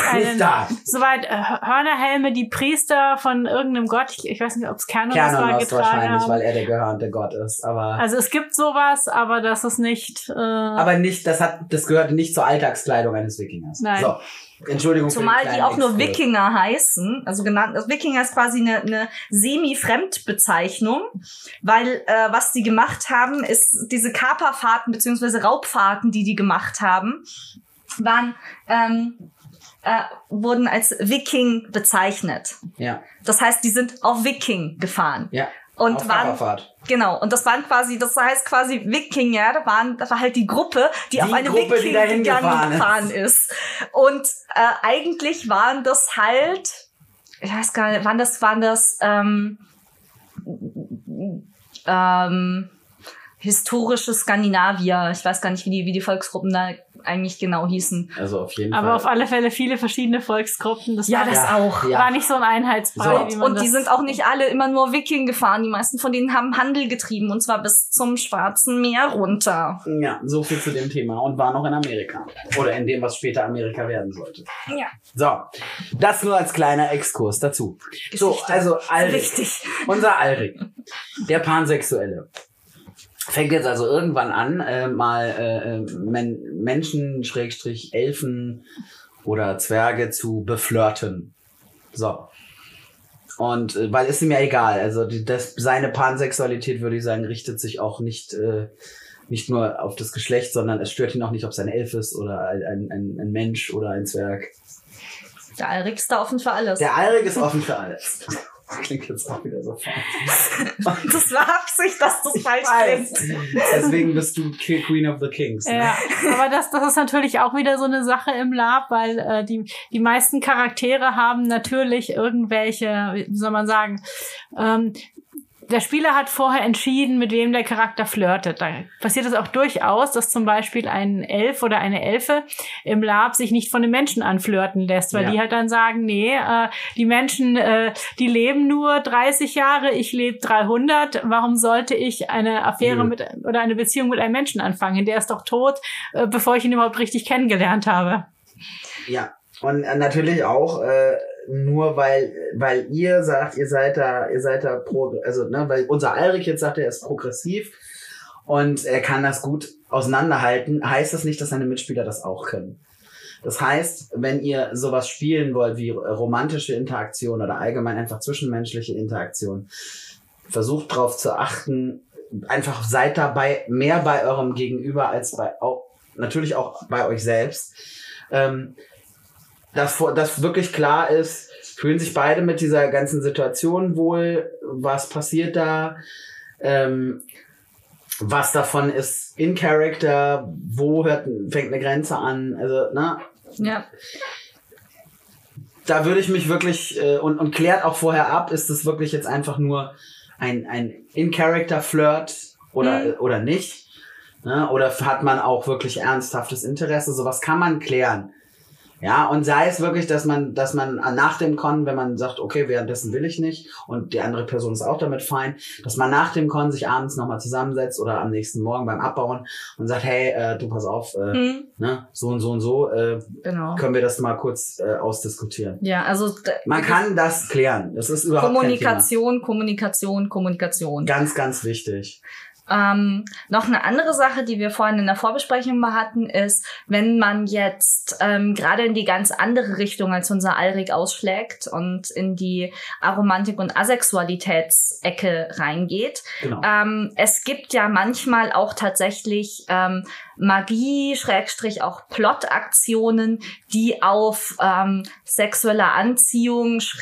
Hörnerhelme, die Priester von irgendeinem Gott, ich weiß nicht, ob es Kernos war, getragen wahrscheinlich, haben. weil er der gehörnte Gott ist. Aber also es gibt sowas, aber das ist nicht... aber nicht, das gehörte nicht zur Alltagskleidung eines Wikingers. Nein. So, Entschuldigung. Zumal die auch nur Wikinger heißen, also Wikinger ist quasi eine Semi-Fremdbezeichnung, weil was die gemacht haben, ist diese Kaperfahrten bzw. Raubfahrten, die gemacht haben, wurden als Wiking bezeichnet. Ja. Das heißt, die sind auf Wiking gefahren. Ja. Und auf Kaperfahrt. Genau, und das heißt quasi Wikinger, das war halt die Gruppe, die auf eine Wiking gefahren ist. Und eigentlich waren das halt, ich weiß gar nicht, waren das historische Skandinavier. Ich weiß gar nicht, wie die Volksgruppen da eigentlich genau hießen. Also auf jeden Fall. Aber auf alle Fälle viele verschiedene Volksgruppen. Das auch. War nicht so ein Einheitsbrei, wie man und die sind auch nicht alle immer nur Wiking gefahren. Die meisten von denen haben Handel getrieben, und zwar bis zum Schwarzen Meer runter. Ja, so viel zu dem Thema. Und war noch in Amerika. Oder in dem, was später Amerika werden sollte. Ja. So, das nur als kleiner Exkurs dazu. Geschichte. So, also Alrik. Richtig. Unser Alrik, der Pansexuelle, fängt jetzt also irgendwann an, Menschen, Elfen oder Zwerge zu beflirten. So. Und weil ist ihm ja egal. Also seine Pansexualität, würde ich sagen, richtet sich auch nicht nur auf das Geschlecht, sondern es stört ihn auch nicht, ob es ein Elf ist oder ein Mensch oder ein Zwerg. Der Alrik ist da offen für alles. Der Alrik ist offen für alles. Klingt jetzt auch wieder so falsch. Das war Absicht, dass das falsch klingt. Deswegen bist du Queen of the Kings. Ne? Ja, aber das ist natürlich auch wieder so eine Sache im Lab, weil die meisten Charaktere haben natürlich irgendwelche, wie soll man sagen, der Spieler hat vorher entschieden, mit wem der Charakter flirtet. Da passiert es auch durchaus, dass zum Beispiel ein Elf oder eine Elfe im Lab sich nicht von den Menschen anflirten lässt, weil die halt dann sagen, nee, die Menschen, die leben nur 30 Jahre, ich lebe 300. Warum sollte ich eine Affäre oder eine Beziehung mit einem Menschen anfangen? Der ist doch tot, bevor ich ihn überhaupt richtig kennengelernt habe. Ja, und natürlich auch nur weil ihr sagt, ihr seid da weil unser Alrik jetzt sagt, er ist progressiv und er kann das gut auseinanderhalten, heißt das nicht, dass seine Mitspieler das auch können. Das heißt, wenn ihr sowas spielen wollt wie romantische Interaktion oder allgemein einfach zwischenmenschliche Interaktion, versucht darauf zu achten, einfach seid dabei mehr bei eurem Gegenüber als natürlich auch bei euch selbst. Dass wirklich klar ist, fühlen sich beide mit dieser ganzen Situation wohl, was passiert da, was davon ist in Character, fängt eine Grenze an, also, ne? Ja. Da würde ich mich wirklich, und klärt auch vorher ab, ist es wirklich jetzt einfach nur ein In-Character-Flirt oder nicht. Ne? Oder hat man auch wirklich ernsthaftes Interesse? Sowas kann man klären. Ja, und sei es wirklich, dass man nach dem Con, wenn man sagt, okay, währenddessen will ich nicht und die andere Person ist auch damit fein, dass man nach dem Con sich abends nochmal zusammensetzt oder am nächsten Morgen beim Abbauen und sagt, hey, du pass auf, ne, so und so und so, genau. Können wir das mal kurz ausdiskutieren. Ja, also man kann das klären. Das ist überhaupt Kommunikation. Ganz, ganz wichtig. Noch eine andere Sache, die wir vorhin in der Vorbesprechung mal hatten, ist, wenn man jetzt gerade in die ganz andere Richtung als unser Alrik ausschlägt und in die Aromantik- und Asexualitätsecke reingeht. Genau. Es gibt ja manchmal auch tatsächlich Magie, / auch Plot-Aktionen, die auf sexuelle Anziehung, /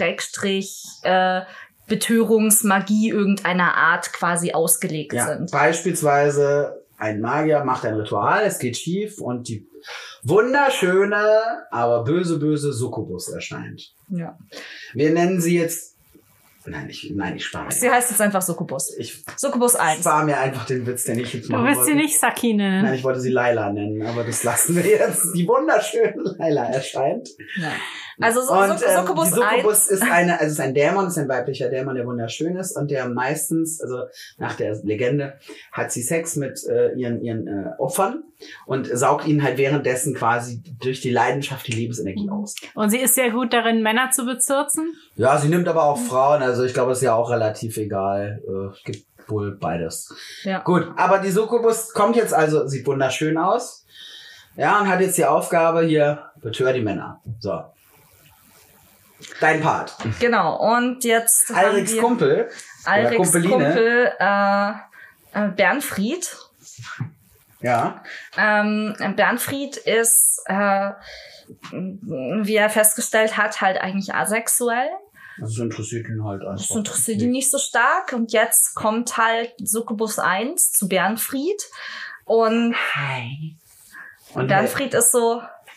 Betörungsmagie irgendeiner Art quasi ausgelegt sind. Beispielsweise ein Magier macht ein Ritual, es geht schief und die wunderschöne, aber böse Succubus erscheint. Ja. Wir nennen sie jetzt... Nein, ich spare mir. Sie heißt jetzt einfach Succubus. Succubus 1. Ich spare mir einfach den Witz, den ich jetzt machen wollte. Du willst sie nicht Saki nennen. Nein, ich wollte sie Laila nennen, aber das lassen wir jetzt. Die wunderschöne Laila erscheint. Ja. Also Succubus 1. Succubus ist ein Dämon, ist ein weiblicher Dämon, der wunderschön ist und der meistens, also nach der Legende, hat sie Sex mit ihren Opfern und saugt ihnen halt währenddessen quasi durch die Leidenschaft die Lebensenergie aus. Und sie ist sehr gut darin, Männer zu bezirzen? Ja, sie nimmt aber auch Frauen, also ich glaube, das ist ja auch relativ egal. Es gibt wohl beides. Ja. Gut, aber die Succubus kommt jetzt also, sieht wunderschön aus. Ja, und hat jetzt die Aufgabe hier, betör die Männer. So. Dein Part. Genau, und jetzt Alriks Kumpel. Alriks Kumpel, Bernfried. Ja. Bernfried ist, wie er festgestellt hat, halt eigentlich asexuell. Also das interessiert ihn halt einfach. Das interessiert ihn nicht so stark. Und jetzt kommt halt Succubus 1 zu Bernfried. Und Bernfried ist so...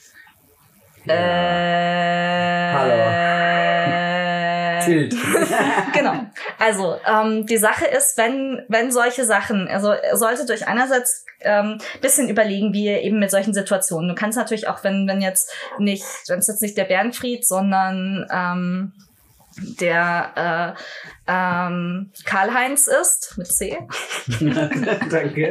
Hallo. Tilt. Genau. Also, die Sache ist, wenn solche Sachen, also er sollte durch einerseits bisschen überlegen, wie er eben mit solchen Situationen. Du kannst natürlich auch, wenn es jetzt nicht der Bernfried, sondern der Karl-Heinz ist, mit C. Danke.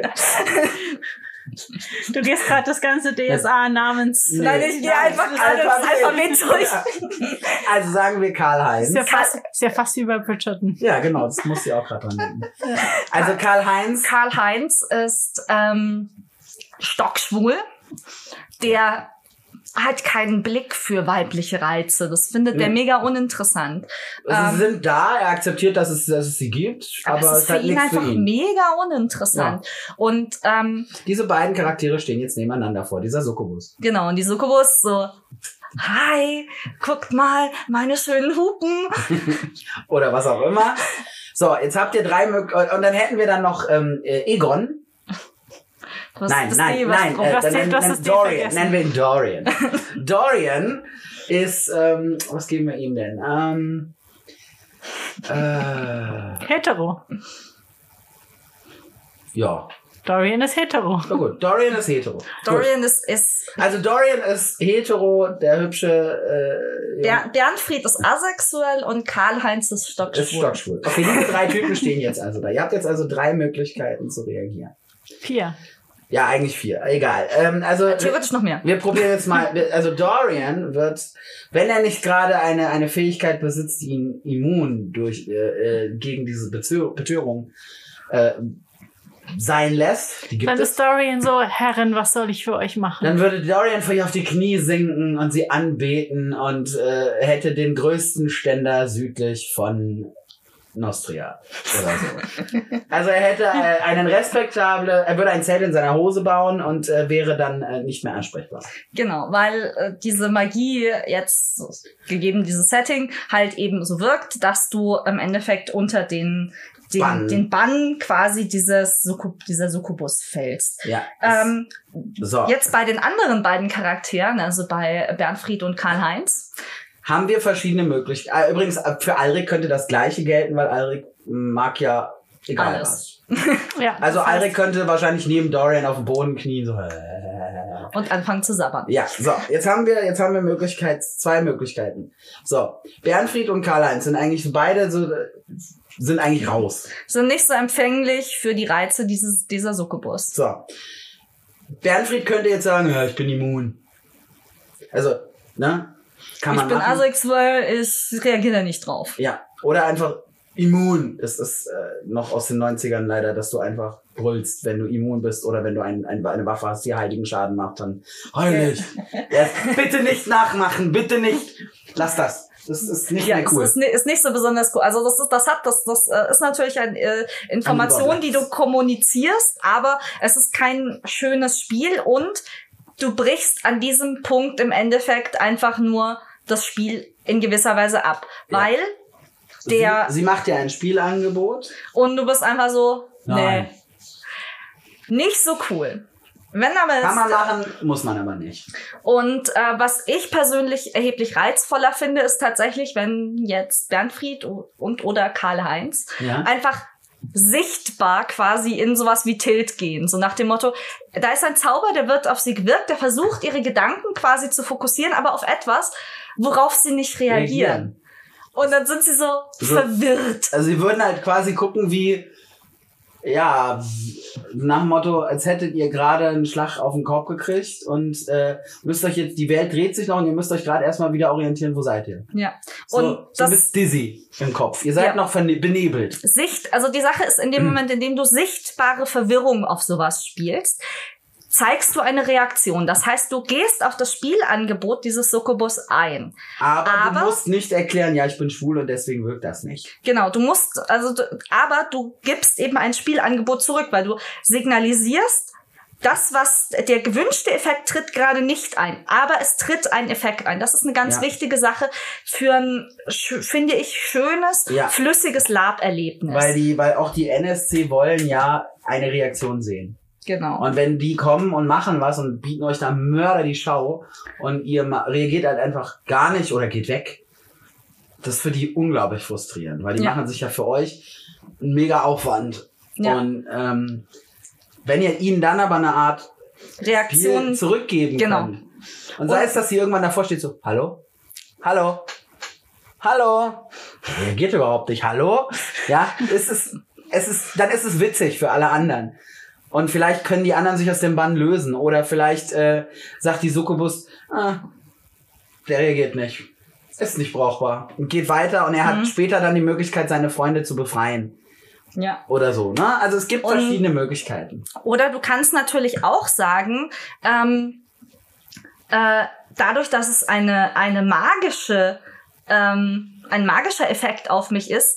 Du gehst gerade das ganze DSA-Namens... Nee. Nein, ich gehe einfach gerade das Alphabet durch. Also sagen wir Karl-Heinz. Ist ja fast wie bei Bridgerton. Ja, genau, das muss ich auch gerade dran denken. Also Karl-Heinz. Karl-Heinz ist stockschwul. Der hat keinen Blick für weibliche Reize. Das findet der mega uninteressant. Sie sind da, er akzeptiert, dass es sie gibt, aber es ist für ihn einfach mega uninteressant. Ja. Und diese beiden Charaktere stehen jetzt nebeneinander vor dieser Succubus. Genau, und die Succubus so, hi, guckt mal, meine schönen Hupen. Oder was auch immer. So, jetzt habt ihr 3 Möglichkeiten. Und dann hätten wir dann noch Egon. Nein, Dorian. Nennen wir ihn Dorian. Dorian ist, was geben wir ihm denn? Hetero. Ja. Dorian ist hetero. Na gut, Dorian ist hetero. Dorian ist also Dorian ist hetero, der hübsche... Bernfried ist asexuell und Karl-Heinz ist stockschwul. Okay, diese 3 Typen stehen jetzt also da. Ihr habt jetzt also 3 Möglichkeiten zu reagieren. 4. Ja, eigentlich 4. Egal. Theoretisch noch mehr. Wir probieren jetzt mal. Also Dorian wird, wenn er nicht gerade eine Fähigkeit besitzt, die ihn immun gegen diese Betörung sein lässt. Die gibt dann ist Dorian so, Herrin, was soll ich für euch machen? Dann würde Dorian vor ihr auf die Knie sinken und sie anbeten und hätte den größten Ständer südlich von Nostria oder so. Also er hätte er würde ein Zelt in seiner Hose bauen und wäre dann nicht mehr ansprechbar. Genau, weil diese Magie jetzt, gegeben dieses Setting, halt eben so wirkt, dass du im Endeffekt unter den Bann quasi dieser Succubus fällst. Ja. So. Jetzt bei den anderen beiden Charakteren, also bei Bernfried und Karl-Heinz, haben wir verschiedene Möglichkeiten. Übrigens, für Alrik könnte das Gleiche gelten, weil Alrik mag ja Egal alles. Ja, also Alrik könnte wahrscheinlich neben Dorian auf dem Boden knien so und anfangen zu sabbern. Ja, so, jetzt haben wir zwei Möglichkeiten. So, Bernfried und Karl-Heinz sind eigentlich beide sind eigentlich raus. Sind nicht so empfänglich für die Reize dieser Succubus. So. Bernfried könnte jetzt sagen, ja, ich bin immun. Also, ne? Kann man ich bin asexuell, ich reagiere da nicht drauf. Ja, oder einfach immun. Es ist noch aus den 90ern leider, dass du einfach brüllst, wenn du immun bist oder wenn du eine Waffe hast, die heiligen Schaden macht, dann heul nicht. Ja, bitte nicht nachmachen, bitte nicht. Lass das. Das ist nicht mehr cool. Das ist nicht so besonders cool. Also das ist natürlich eine Information, die du kommunizierst, aber es ist kein schönes Spiel und du brichst an diesem Punkt im Endeffekt einfach nur das Spiel in gewisser Weise ab, weil sie macht ja ein Spielangebot und du bist einfach so, nein. Nee, nicht so cool. Kann man machen, muss man aber nicht. Und was ich persönlich erheblich reizvoller finde, ist tatsächlich, wenn jetzt Bernfried oder Karl-Heinz einfach sichtbar quasi in sowas wie Tilt gehen. So nach dem Motto, da ist ein Zauber, der wird auf sie gewirkt, der versucht, ihre Gedanken quasi zu fokussieren, aber auf etwas, worauf sie nicht reagieren. Und dann sind sie so verwirrt. Also sie würden halt quasi gucken, wie, ja, nach dem Motto, als hättet ihr gerade einen Schlag auf den Kopf gekriegt und müsst euch jetzt, die Welt dreht sich noch und ihr müsst euch gerade erstmal wieder orientieren, wo seid ihr? Ja. Und so bist dizzy im Kopf. Ihr seid noch benebelt. Also die Sache ist, in dem Moment, in dem du sichtbare Verwirrung auf sowas spielst, zeigst du eine Reaktion. Das heißt, du gehst auf das Spielangebot dieses Succubus ein. Aber du musst nicht erklären, ja, ich bin schwul und deswegen wirkt das nicht. Genau, aber du gibst eben ein Spielangebot zurück, weil du signalisierst, das, was der gewünschte Effekt tritt gerade nicht ein, aber es tritt ein Effekt ein. Das ist eine ganz wichtige Sache für ein, finde ich, schönes, flüssiges Lab-Erlebnis. Weil auch die NSC wollen ja eine Reaktion sehen. Genau. Und wenn die kommen und machen was und bieten euch da Mörder die Schau und ihr reagiert halt einfach gar nicht oder geht weg, das ist für die unglaublich frustrierend, weil die machen sich ja für euch einen mega Aufwand. Ja. Und wenn ihr ihnen dann aber eine Art Reaktion zurückgeben könnt und sei es, dass sie irgendwann davor steht so, hallo? Hallo? Hallo? Reagiert überhaupt nicht, hallo? Ja, dann ist es witzig für alle anderen. Und vielleicht können die anderen sich aus dem Bann lösen. Oder vielleicht sagt die Succubus, der reagiert nicht. Ist nicht brauchbar. Und geht weiter und er hat später dann die Möglichkeit, seine Freunde zu befreien. Ja. Oder so, ne? Also es gibt verschiedene Möglichkeiten. Oder du kannst natürlich auch sagen, dadurch, dass es ein magischer Effekt auf mich ist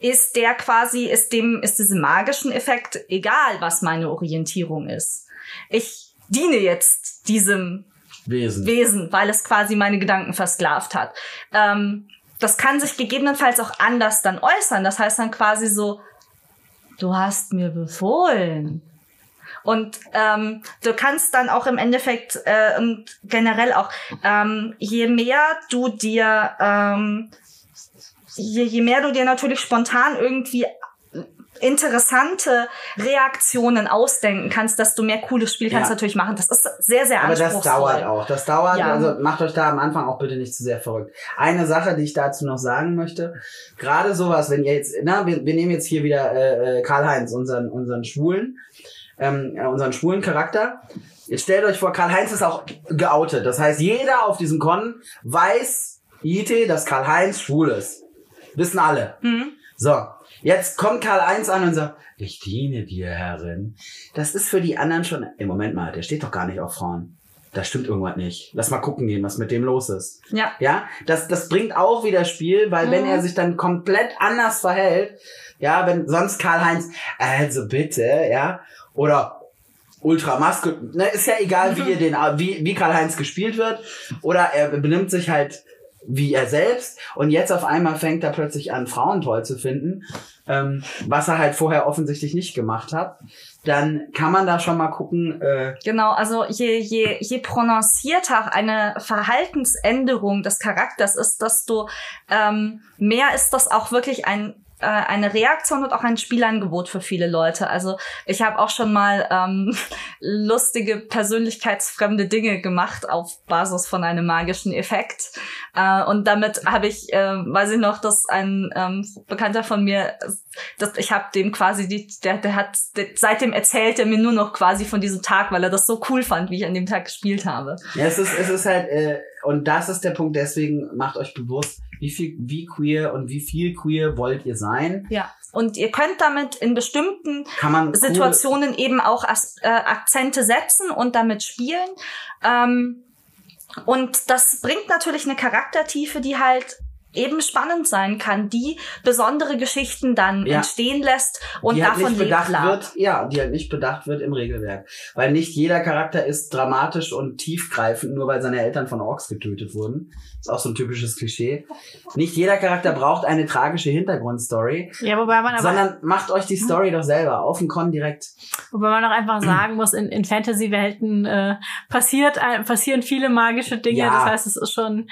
diesem magischen Effekt egal, was meine Orientierung ist. Ich diene jetzt diesem Wesen, weil es quasi meine Gedanken versklavt hat. Das kann sich gegebenenfalls auch anders dann äußern. Das heißt dann quasi so, du hast mir befohlen. Und du kannst dann auch im Endeffekt und generell auch, je mehr du dir natürlich spontan irgendwie interessante Reaktionen ausdenken kannst, desto mehr cooles Spiel kannst du natürlich machen. Das ist sehr, sehr anspruchsvoll. Aber das dauert auch. Also macht euch da am Anfang auch bitte nicht zu sehr verrückt. Eine Sache, die ich dazu noch sagen möchte, gerade sowas, wenn ihr jetzt, wir nehmen jetzt hier wieder Karl-Heinz, unseren schwulen Charakter. Jetzt stellt euch vor, Karl-Heinz ist auch geoutet. Das heißt, jeder auf diesem Con weiß, dass Karl-Heinz schwul ist. Wissen alle. So, jetzt kommt Karl-Heinz an und sagt, ich diene dir, Herrin. Das ist für die anderen schon, Moment mal, der steht doch gar nicht auf Frauen. Da stimmt irgendwas nicht. Lass mal gucken gehen, was mit dem los ist. Ja, das bringt auch wieder Spiel, weil wenn er sich dann komplett anders verhält, wenn sonst Karl-Heinz, also bitte, oder ultramaskulin, ist ja egal, wie Karl-Heinz gespielt wird, oder er benimmt sich halt wie er selbst und jetzt auf einmal fängt er plötzlich an, Frauen toll zu finden, was er halt vorher offensichtlich nicht gemacht hat, dann kann man da schon mal gucken. Genau, also je prononcierter eine Verhaltensänderung des Charakters ist, desto mehr ist das auch wirklich ein eine Reaktion und auch ein Spielangebot für viele Leute. Also ich habe auch schon mal lustige, persönlichkeitsfremde Dinge gemacht auf Basis von einem magischen Effekt. Und damit habe ich, weiß ich noch, dass ein Bekannter von mir, ich habe dem quasi, der hat seitdem erzählt er mir nur noch quasi von diesem Tag, weil er das so cool fand, wie ich an dem Tag gespielt habe. Ja, es ist halt, und das ist der Punkt, deswegen macht euch bewusst, wie queer und wie viel queer wollt ihr sein. Ja, und ihr könnt damit in bestimmten Situationen eben auch Akzente setzen und damit spielen. Und das bringt natürlich eine Charaktertiefe, die halt eben spannend sein kann, die besondere Geschichten dann entstehen lässt und davon lebt. Die halt nicht bedacht wird im Regelwerk. Weil nicht jeder Charakter ist dramatisch und tiefgreifend, nur weil seine Eltern von Orks getötet wurden. Ist auch so ein typisches Klischee. Nicht jeder Charakter braucht eine tragische Hintergrundstory. Ja, wobei man aber, sondern macht euch die Story doch selber auf dem Con direkt. Wobei man auch einfach sagen muss, in Fantasy-Welten passieren viele magische Dinge. Ja. Das heißt, es ist schon...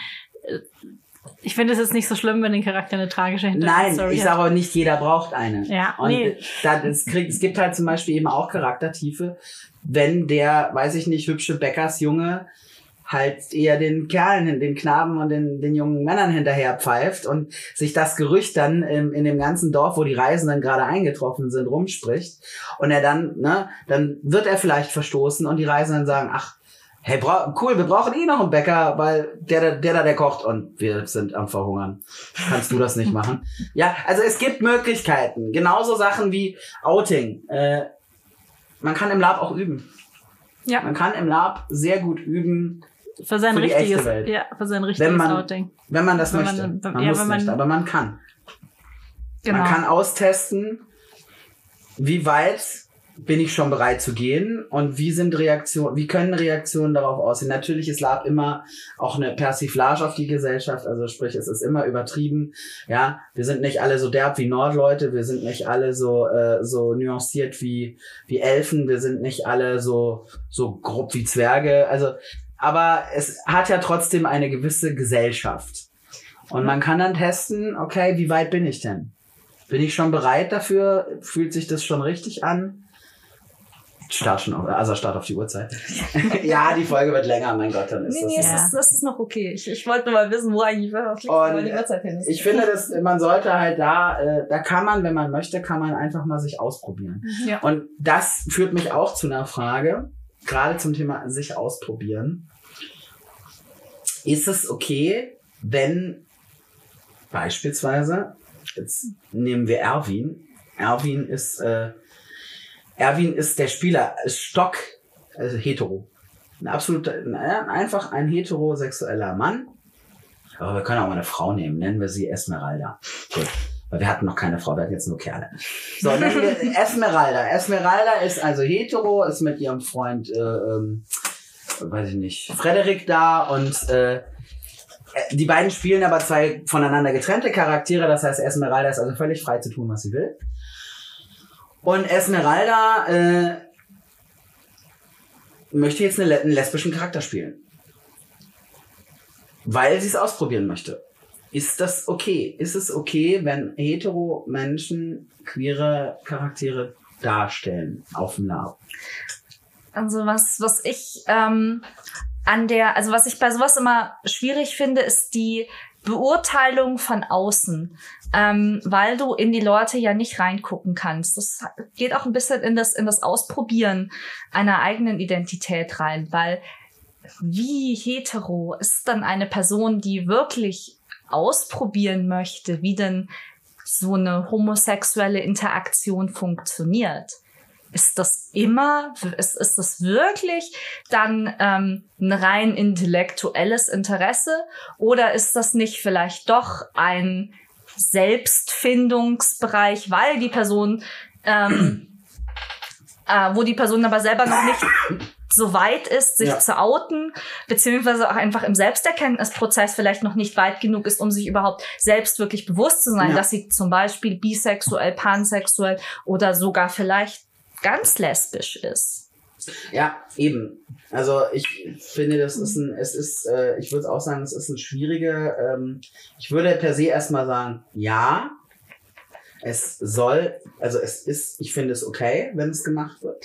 Ich finde es jetzt nicht so schlimm, wenn ein Charakter eine tragische Hintergrundstory hat. Nein, ich sage aber nicht, jeder braucht eine. Ja, und es gibt halt zum Beispiel eben auch Charaktertiefe, wenn der, weiß ich nicht, hübsche Bäckersjunge halt eher den Kerlen, den Knaben und den jungen Männern hinterher pfeift und sich das Gerücht dann in dem ganzen Dorf, wo die Reisenden gerade eingetroffen sind, rumspricht und er dann, dann wird er vielleicht verstoßen und die Reisenden sagen, ach, hey, cool, wir brauchen noch einen Bäcker, weil der kocht und wir sind am Verhungern. Kannst du das nicht machen? Ja, also es gibt Möglichkeiten. Genauso Sachen wie Outing. Man kann im Lab auch üben. Ja. Man kann im Lab sehr gut üben. Für sein richtiges Outing. Wenn man das möchte. Man muss nicht, aber man kann. Genau. Man kann austesten, wie weit bin ich schon bereit zu gehen und wie können Reaktionen darauf aussehen? Natürlich ist Lab immer auch eine Persiflage auf die Gesellschaft, also sprich, es ist immer übertrieben, ja, wir sind nicht alle so derb wie Nordleute, wir sind nicht alle so nuanciert wie Elfen, wir sind nicht alle so grob wie Zwerge, also, aber es hat ja trotzdem eine gewisse Gesellschaft und man kann dann testen, okay, wie weit bin ich denn? Bin ich schon bereit dafür? Fühlt sich das schon richtig an? Start auf die Uhrzeit. Ja, die Folge wird länger, mein Gott, dann ist das ist noch okay. Ich wollte nur mal wissen, wo eigentlich die Uhrzeit hin ist. Ich finde, man sollte halt da kann man, wenn man möchte, kann man einfach mal sich ausprobieren. Ja. Und das führt mich auch zu einer Frage, gerade zum Thema sich ausprobieren. Ist es okay, wenn beispielsweise, jetzt nehmen wir Erwin. Erwin ist der Spieler, ist Stock, also hetero. Einfach ein heterosexueller Mann. Aber wir können auch mal eine Frau nehmen, nennen wir sie Esmeralda. Gut. Weil wir hatten noch keine Frau, wir hatten jetzt nur Kerle. So, nennen wir Esmeralda. Esmeralda ist also hetero, ist mit ihrem Freund, weiß ich nicht, Frederik da und die beiden spielen aber zwei voneinander getrennte Charaktere, das heißt Esmeralda ist also völlig frei zu tun, was sie will. Und Esmeralda möchte jetzt einen lesbischen Charakter spielen. Weil sie es ausprobieren möchte. Ist das okay? Ist es okay, wenn hetero Menschen queere Charaktere darstellen auf dem Lab? Also was ich was ich bei sowas immer schwierig finde, ist die Beurteilung von außen, weil du in die Leute ja nicht reingucken kannst. Das geht auch ein bisschen in das Ausprobieren einer eigenen Identität rein, weil wie hetero ist dann eine Person, die wirklich ausprobieren möchte, wie denn so eine homosexuelle Interaktion funktioniert? Ist das wirklich dann ein rein intellektuelles Interesse oder ist das nicht vielleicht doch ein Selbstfindungsbereich, weil die Person, wo die Person aber selber noch nicht so weit ist, sich zu outen, beziehungsweise auch einfach im Selbsterkenntnisprozess vielleicht noch nicht weit genug ist, um sich überhaupt selbst wirklich bewusst zu sein, dass sie zum Beispiel bisexuell, pansexuell oder sogar vielleicht ganz lesbisch ist. Ja, eben. Also ich finde, ich würde auch sagen, es ist ein schwieriger, ich würde per se erstmal sagen, ja, es ist, ich finde es okay, wenn es gemacht wird.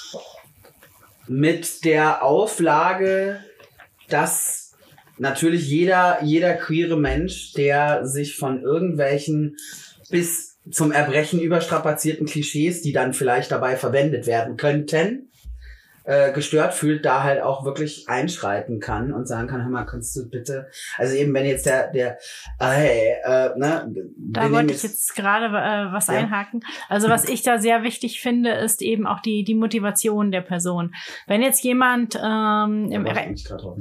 Mit der Auflage, dass natürlich jeder queere Mensch, der sich von irgendwelchen bis zum Erbrechen überstrapazierten Klischees, die dann vielleicht dabei verwendet werden könnten, gestört fühlt, da halt auch wirklich einschreiten kann und sagen kann, hör mal, kannst du bitte, also eben wenn jetzt da wollte ich jetzt gerade was einhaken. Also was ich da sehr wichtig finde, ist eben auch die Motivation der Person. Wenn jetzt jemand wenn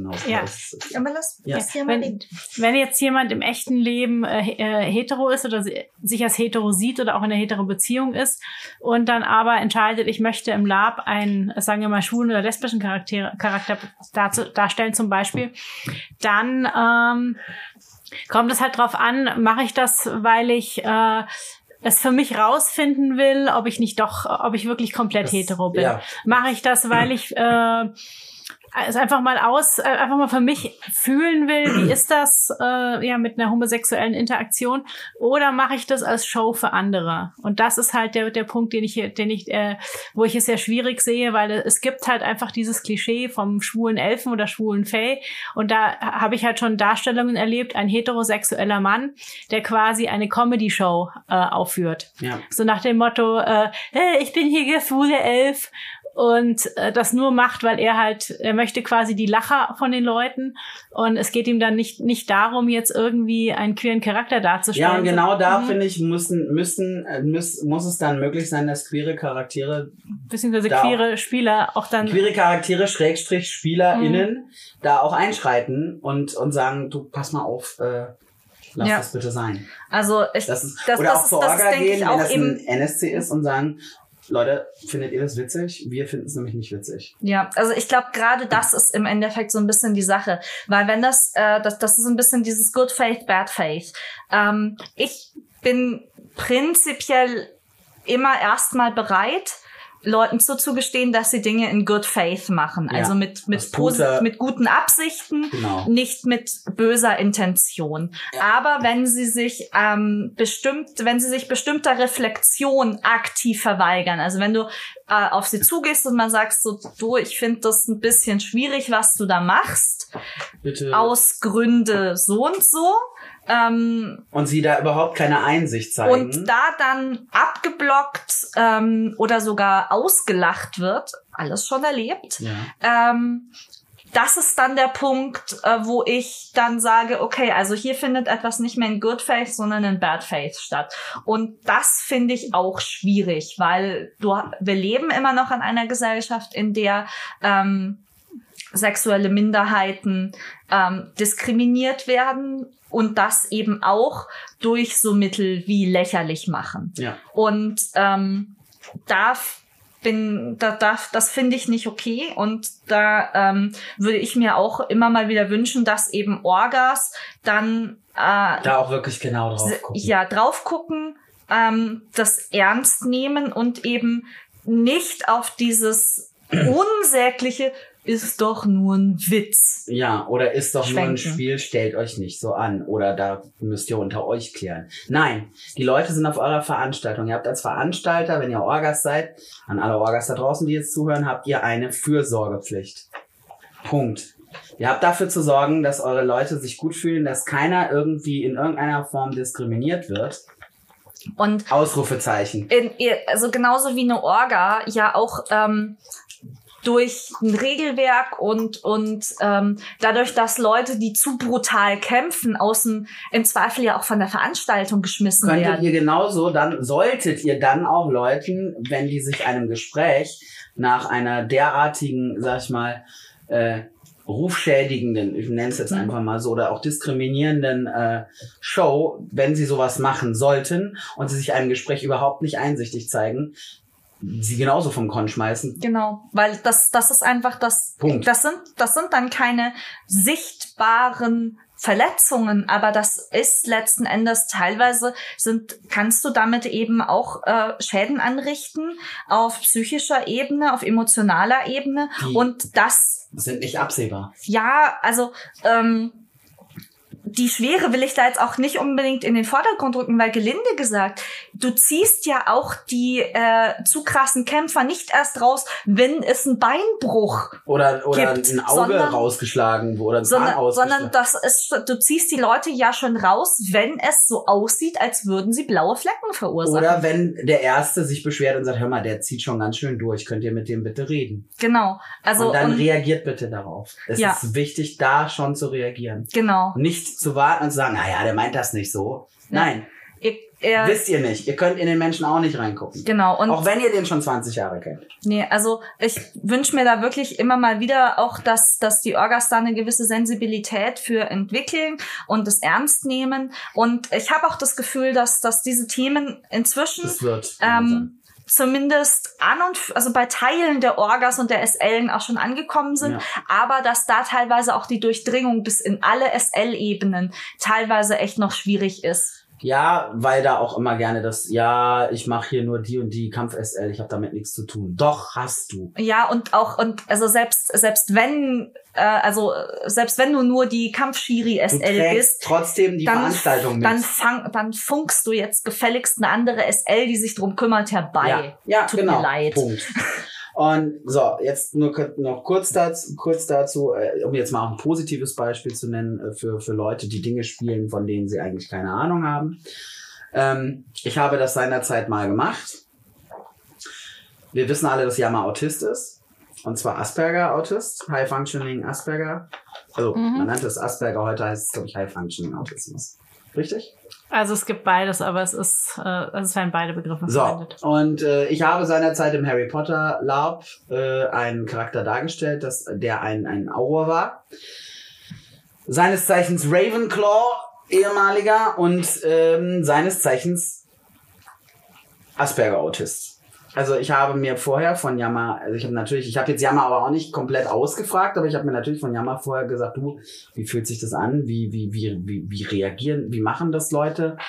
jetzt jemand im echten Leben hetero ist oder sich als hetero sieht oder auch in einer hetero Beziehung ist und dann aber entscheidet, ich möchte im Lab sagen wir mal, schwulen oder lesbischen Charakter darstellen zum Beispiel, dann kommt es halt drauf an, mache ich das, weil ich es für mich rausfinden will, ob ich wirklich komplett hetero bin. Ja. Mache ich das, weil ich es einfach mal für mich fühlen will, wie ist das mit einer homosexuellen Interaktion, oder mache ich das als Show für andere? Und das ist halt der Punkt, wo ich es sehr schwierig sehe, weil es gibt halt einfach dieses Klischee vom schwulen Elfen oder schwulen Fae, und da habe ich halt schon Darstellungen erlebt, ein heterosexueller Mann, der quasi eine Comedy-Show aufführt. Ja. So nach dem Motto, hey, ich bin hier der schwule Elf, und das nur macht, weil er möchte quasi die Lacher von den Leuten, und es geht ihm dann nicht darum, jetzt irgendwie einen queeren Charakter darzustellen. Ja, und genau da, finde ich, muss es dann möglich sein, dass queere Charaktere beziehungsweise queere Spieler auch dann queere Charaktere / SpielerInnen da auch einschreiten und sagen, du, pass mal auf, lass das bitte sein. Also oder auch zur Orga gehen, wenn das ein NSC ist, und sagen, Leute, findet ihr das witzig? Wir finden es nämlich nicht witzig. Ja, also ich glaube, gerade das ist im Endeffekt so ein bisschen die Sache. Weil wenn das ist ein bisschen dieses Good Faith, Bad Faith. Ich bin prinzipiell immer erstmal bereit, Leuten zuzugestehen, dass sie Dinge in good faith machen. Also mit guten Absichten, genau. Nicht mit böser Intention. Ja. Aber wenn sie sich bestimmter Reflexion aktiv verweigern, also wenn du auf sie zugehst und mal sagst so, du, ich finde das ein bisschen schwierig, was du da machst, bitte. Aus Gründe so und so, und sie da überhaupt keine Einsicht zeigen. Und da dann abgeblockt oder sogar ausgelacht wird, alles schon erlebt, ja. Das ist dann der Punkt, wo ich dann sage, okay, also hier findet etwas nicht mehr in Good Faith, sondern in Bad Faith statt. Und das finde ich auch schwierig, weil wir leben immer noch in einer Gesellschaft, in der sexuelle Minderheiten diskriminiert werden, und das eben auch durch so Mittel wie lächerlich machen. Ja. Und das finde ich nicht okay, und da würde ich mir auch immer mal wieder wünschen, dass eben Orgas dann da auch wirklich genau drauf gucken. Ja, drauf gucken, das ernst nehmen und eben nicht auf dieses unsägliche ist doch nur ein Witz. Ja, oder ist doch nur ein Spiel, stellt euch nicht so an. Oder da müsst ihr unter euch klären. Nein, die Leute sind auf eurer Veranstaltung. Ihr habt als Veranstalter, wenn ihr Orgas seid, an alle Orgas da draußen, die jetzt zuhören, habt ihr eine Fürsorgepflicht. Punkt. Ihr habt dafür zu sorgen, dass eure Leute sich gut fühlen, dass keiner irgendwie in irgendeiner Form diskriminiert wird. Und Ausrufezeichen. Also genauso wie eine Orga ja auch durch ein Regelwerk und dadurch, dass Leute, die zu brutal kämpfen, im Zweifel ja auch von der Veranstaltung geschmissen werden. Solltet ihr dann auch Leuten, wenn die sich einem Gespräch nach einer derartigen, sag ich mal, rufschädigenden, ich nenne es jetzt einfach mal so, oder auch diskriminierenden Show, wenn sie sowas machen sollten und sie sich einem Gespräch überhaupt nicht einsichtig zeigen, sie genauso vom Korn schmeißen. Genau, weil das ist einfach Punkt. Das sind dann keine sichtbaren Verletzungen, aber das ist letzten Endes teilweise kannst du damit eben auch Schäden anrichten auf psychischer Ebene, auf emotionaler Ebene, und das sind nicht absehbar. Ja, also die Schwere will ich da jetzt auch nicht unbedingt in den Vordergrund rücken, weil gelinde gesagt, du ziehst ja auch die zu krassen Kämpfer nicht erst raus, wenn es einen Beinbruch oder gibt, ein Auge rausgeschlagen oder ein Zahn sondern du ziehst die Leute ja schon raus, wenn es so aussieht, als würden sie blaue Flecken verursachen. Oder wenn der Erste sich beschwert und sagt, hör mal, der zieht schon ganz schön durch, könnt ihr mit dem bitte reden? Genau. Also, und dann reagiert bitte darauf. Es ist wichtig, da schon zu reagieren. Genau. Nicht zu warten und zu sagen, naja, der meint das nicht so. Ja. Nein. Wisst ihr nicht. Ihr könnt in den Menschen auch nicht reingucken. Genau. Und auch wenn ihr den schon 20 Jahre kennt. Nee, also ich wünsche mir da wirklich immer mal wieder auch, dass die Orgas da eine gewisse Sensibilität für entwickeln und es ernst nehmen. Und ich habe auch das Gefühl, dass diese Themen inzwischen zumindest also bei Teilen der Orgas und der SLen auch schon angekommen sind, aber dass da teilweise auch die Durchdringung bis in alle SL-Ebenen teilweise echt noch schwierig ist. Ja, weil da auch immer gerne ich mache hier nur die und die Kampf-SL, ich habe damit nichts zu tun. Doch, hast du. Ja, und also selbst wenn du nur die Kampfschiri-SL bist, trotzdem die Veranstaltung mit. Dann funkst du jetzt gefälligst eine andere SL, die sich drum kümmert, herbei. Ja, Tut genau. mir leid. Punkt. Und so, jetzt noch kurz dazu, um jetzt mal ein positives Beispiel zu nennen für Leute, die Dinge spielen, von denen sie eigentlich keine Ahnung haben. Ich habe das seinerzeit mal gemacht. Wir wissen alle, dass Yama Autist ist. Und zwar Asperger-Autist, High-Functioning Asperger. Also man nannte es Asperger, heute heißt es, glaube ich, High-Functioning Autismus. Richtig? Also es gibt beides, aber es werden beide Begriffe verwendet. So, und ich habe seinerzeit im Harry Potter LARP einen Charakter dargestellt, der ein Auror war. Seines Zeichens Ravenclaw, ehemaliger, und seines Zeichens Asperger-Autist. Also ich habe mir vorher von Yama, ich habe jetzt Yama aber auch nicht komplett ausgefragt, aber ich habe mir natürlich von Yama vorher gesagt, du, wie fühlt sich das an? Wie reagieren, wie machen das Leute?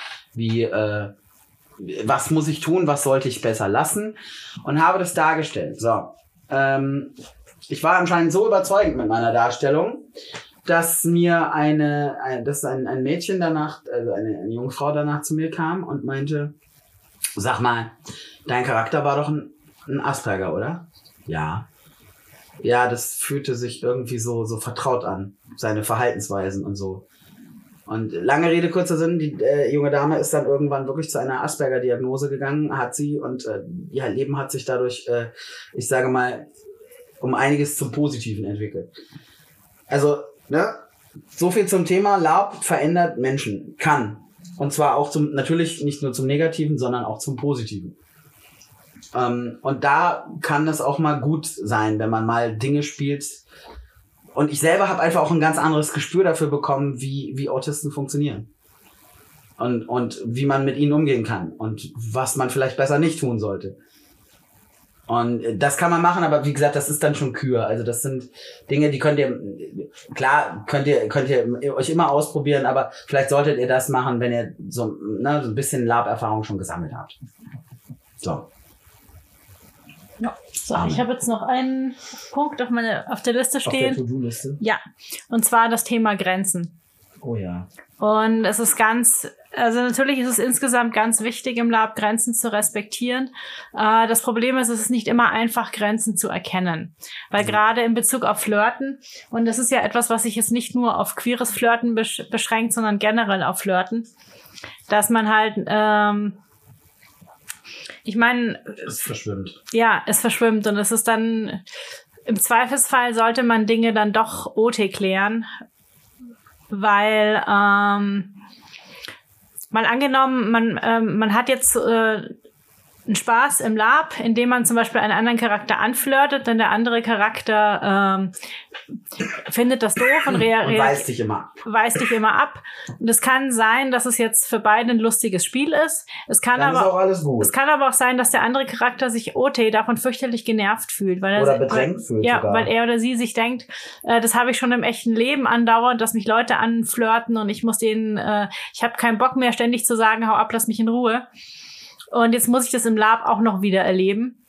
Was muss ich tun? Was sollte ich besser lassen? Und habe das dargestellt. So, ich war anscheinend so überzeugend mit meiner Darstellung, dass mir ein Mädchen danach, also eine junge Frau danach zu mir kam und meinte, sag mal, dein Charakter war doch ein Asperger, oder? Ja. Ja, das fühlte sich irgendwie so vertraut an, seine Verhaltensweisen und so. Und lange Rede, kurzer Sinn, die junge Dame ist dann irgendwann wirklich zu einer Asperger-Diagnose gegangen, und ihr Leben hat sich dadurch, ich sage mal, um einiges zum Positiven entwickelt. Also, so viel zum Thema LARP verändert Menschen. Kann. Und zwar auch natürlich nicht nur zum Negativen, sondern auch zum Positiven. Und da kann es auch mal gut sein, wenn man mal Dinge spielt. Und ich selber habe einfach auch ein ganz anderes Gespür dafür bekommen, wie Autisten funktionieren. Und wie man mit ihnen umgehen kann. Und was man vielleicht besser nicht tun sollte. Und das kann man machen, aber wie gesagt, das ist dann schon Kür. Also das sind Dinge, die könnt ihr euch immer ausprobieren, aber vielleicht solltet ihr das machen, wenn ihr so ein bisschen LARP-Erfahrung schon gesammelt habt. So. Ja. So, ich habe jetzt noch einen Punkt auf der Liste stehen. Auf der To-Do-Liste? Ja. Und zwar das Thema Grenzen. Oh ja. Und es ist natürlich ist es insgesamt ganz wichtig, im LARP Grenzen zu respektieren. Das Problem ist, es ist nicht immer einfach, Grenzen zu erkennen. Weil gerade in Bezug auf Flirten, und das ist ja etwas, was sich jetzt nicht nur auf queeres Flirten beschränkt, sondern generell auf Flirten, dass man halt, ich meine... Es verschwimmt. Ja, es verschwimmt, und es ist dann, im Zweifelsfall sollte man Dinge dann doch OT klären, weil, mal angenommen, man hat jetzt einen Spaß im LARP, indem man zum Beispiel einen anderen Charakter anflirtet, denn der andere Charakter findet das doof und weist dich immer ab. Und es kann sein, dass es jetzt für beide ein lustiges Spiel ist. Es kann dann aber ist auch alles gut. Es kann aber auch sein, dass der andere Charakter sich davon fürchterlich genervt fühlt, oder bedrängt fühlt. Ja, sogar. weil er oder sie sich denkt, das habe ich schon im echten Leben andauernd, dass mich Leute anflirten und ich muss denen, ich habe keinen Bock mehr, ständig zu sagen, hau ab, lass mich in Ruhe. Und jetzt muss ich das im LARP auch noch wieder erleben.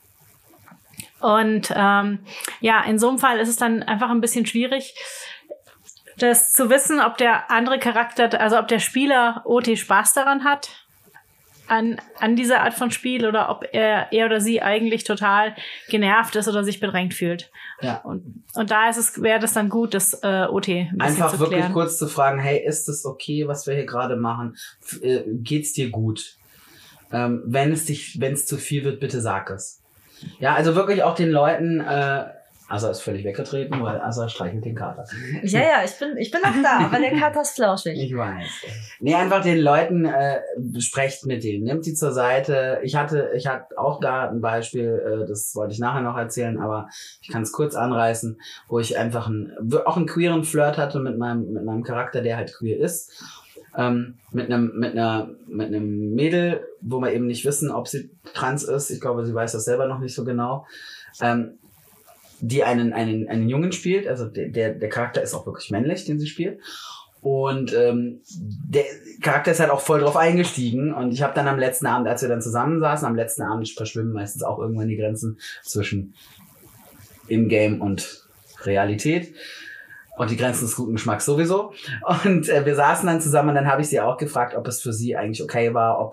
Und in so einem Fall ist es dann einfach ein bisschen schwierig. das zu wissen, ob der andere Charakter, also ob der Spieler OT Spaß daran hat, an dieser Art von Spiel, oder ob er oder sie eigentlich total genervt ist oder sich bedrängt fühlt. Ja. Und da wäre das dann gut, das OT ein bisschen einfach zu wirklich klären. kurz zu fragen, hey, ist es okay, was wir hier gerade machen? Geht's dir gut? Wenn es zu viel wird, bitte sag es. Ja, also wirklich auch den Leuten, Asa ist völlig weggetreten, weil Asa streichelt den Kater. Ja, ich bin noch da, aber der Kater ist flauschig. Ich weiß. Nee, einfach den Leuten, sprecht mit denen, nehmt sie zur Seite. Ich hatte auch da ein Beispiel, das wollte ich nachher noch erzählen, aber ich kann es kurz anreißen, wo ich einfach auch einen queeren Flirt hatte mit meinem Charakter, der halt queer ist. Mit einem Mädel, wo wir eben nicht wissen, ob sie trans ist. Ich glaube, sie weiß das selber noch nicht so genau. Die einen Jungen spielt, also der Charakter ist auch wirklich männlich, den sie spielt. Und der Charakter ist halt auch voll drauf eingestiegen. Und ich habe dann am letzten Abend, als wir dann zusammensaßen, am letzten Abend verschwimmen meistens auch irgendwann die Grenzen zwischen In-Game und Realität. Und die Grenzen des guten Geschmacks sowieso. Und wir saßen dann zusammen und dann habe ich sie auch gefragt, ob es für sie eigentlich okay war,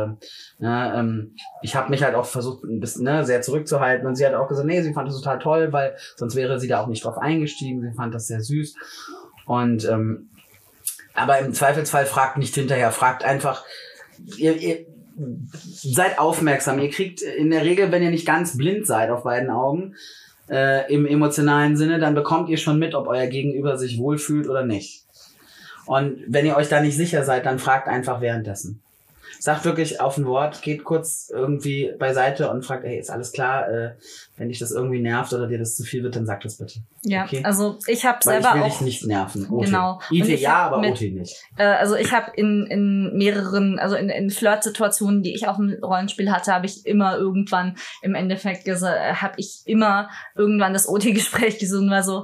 ich habe mich halt auch versucht, ein bisschen sehr zurückzuhalten. Und sie hat auch gesagt, nee, sie fand das total toll, weil sonst wäre sie da auch nicht drauf eingestiegen. Sie fand das sehr süß. Und aber im Zweifelsfall fragt nicht hinterher, fragt einfach, ihr seid aufmerksam. Ihr kriegt in der Regel, wenn ihr nicht ganz blind seid auf beiden Augen, im emotionalen Sinne, dann bekommt ihr schon mit, ob euer Gegenüber sich wohlfühlt oder nicht. Und wenn ihr euch da nicht sicher seid, dann fragt einfach währenddessen. Sagt wirklich auf ein Wort, geht kurz irgendwie beiseite und fragt, hey, ist alles klar? Wenn dich das irgendwie nervt oder dir das zu viel wird, dann sag das bitte. Ja, okay? Also ich habe selber ich will auch... dich nicht nerven. OT. Genau. IT ja, aber OT nicht. Also ich habe in mehreren, also in Flirt-Situationen, die ich auf dem Rollenspiel hatte, habe ich immer irgendwann im Endeffekt habe ich immer irgendwann das OT-Gespräch gesucht und war so,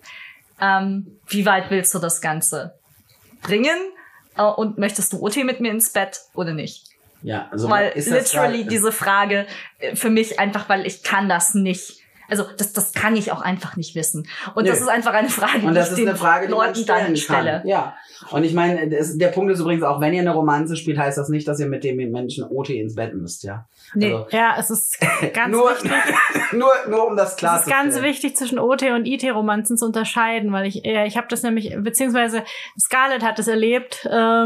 wie weit willst du das Ganze bringen? Und möchtest du OT mit mir ins Bett oder nicht? Ja, also weil literally diese Frage für mich einfach, weil ich kann das nicht. Also das kann ich auch einfach nicht wissen. Und das ist einfach eine Frage, die ich den Leuten dann stelle. Ja. Und ich meine, der Punkt ist übrigens auch, wenn ihr eine Romanze spielt, heißt das nicht, dass ihr mit dem Menschen OT ins Bett müsst, ja. Nee. Also, ja, es ist ganz wichtig. nur um das klar zu stellen. Es ist ganz wichtig, zwischen OT und IT-Romanzen zu unterscheiden, weil ich habe das nämlich, beziehungsweise Scarlett hat es erlebt,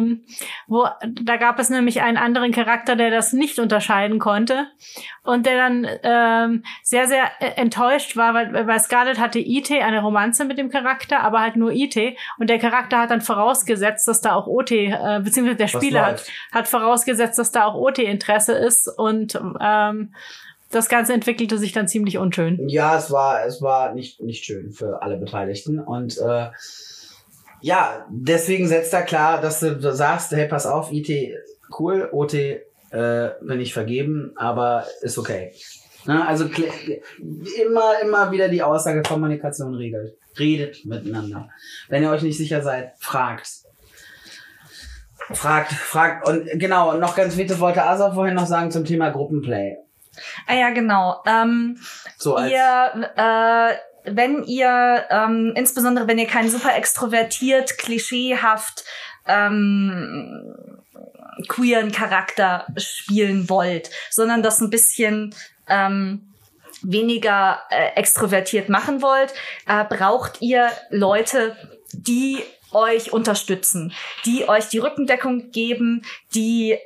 da gab es nämlich einen anderen Charakter, der das nicht unterscheiden konnte und der dann sehr, sehr enttäuscht war, weil bei Scarlett hatte IT eine Romanze mit dem Charakter, aber halt nur IT, und der Charakter hat dann vorausgesetzt, dass da auch OT, beziehungsweise der Spieler hat vorausgesetzt, dass da auch OT-Interesse ist, und das Ganze entwickelte sich dann ziemlich unschön. Ja, es war nicht schön für alle Beteiligten, und ja, deswegen setzt da klar, dass du sagst, hey, pass auf, IT cool, OT bin ich vergeben, aber ist okay. Na, also immer wieder die Aussage, Kommunikation regelt. Redet miteinander. Wenn ihr euch nicht sicher seid, fragt. Und genau, und noch ganz wichtig, wollte Asa vorhin noch sagen zum Thema Gruppenplay. Ah ja, genau. Wenn ihr, insbesondere wenn ihr keinen super extrovertiert, klischeehaft queeren Charakter spielen wollt, sondern das ein bisschen weniger extrovertiert machen wollt, braucht ihr Leute, die euch unterstützen, die euch die Rückendeckung geben, die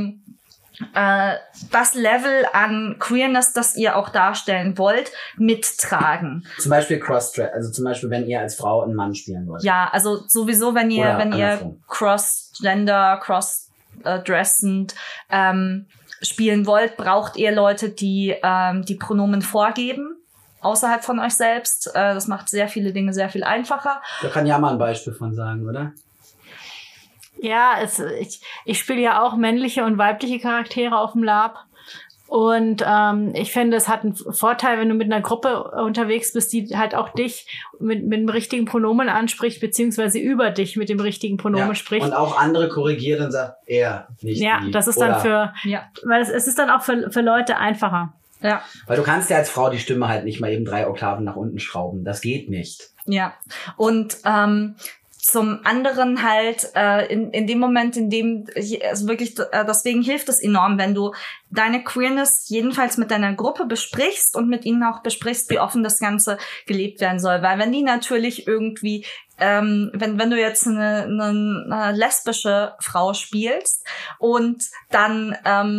das Level an Queerness, das ihr auch darstellen wollt, mittragen. Zum Beispiel Cross-Dress, also zum Beispiel, wenn ihr als Frau einen Mann spielen wollt. Ja, also sowieso, wenn ihr Cross-Gender, Cross-Dressend spielen wollt, braucht ihr Leute, die die Pronomen vorgeben, außerhalb von euch selbst. Das macht sehr viele Dinge sehr viel einfacher. Da kann ja mal ein Beispiel von sagen, oder? Ja, ich spiele ja auch männliche und weibliche Charaktere auf dem Lab. Und ich finde, es hat einen Vorteil, wenn du mit einer Gruppe unterwegs bist, die halt auch dich mit dem richtigen Pronomen anspricht, beziehungsweise über dich mit dem richtigen Pronomen spricht. Und auch andere korrigiert und sagt, er, nicht ja, das ist dann weil es ist dann auch für Leute einfacher. Ja. Weil du kannst ja als Frau die Stimme halt nicht mal eben 3 Oktaven nach unten schrauben. Das geht nicht. Ja. Und zum anderen halt in dem Moment, in dem, also wirklich, deswegen hilft es enorm, wenn du deine Queerness jedenfalls mit deiner Gruppe besprichst und mit ihnen auch besprichst, wie offen das Ganze gelebt werden soll. Weil wenn die natürlich irgendwie, wenn du jetzt eine lesbische Frau spielst und dann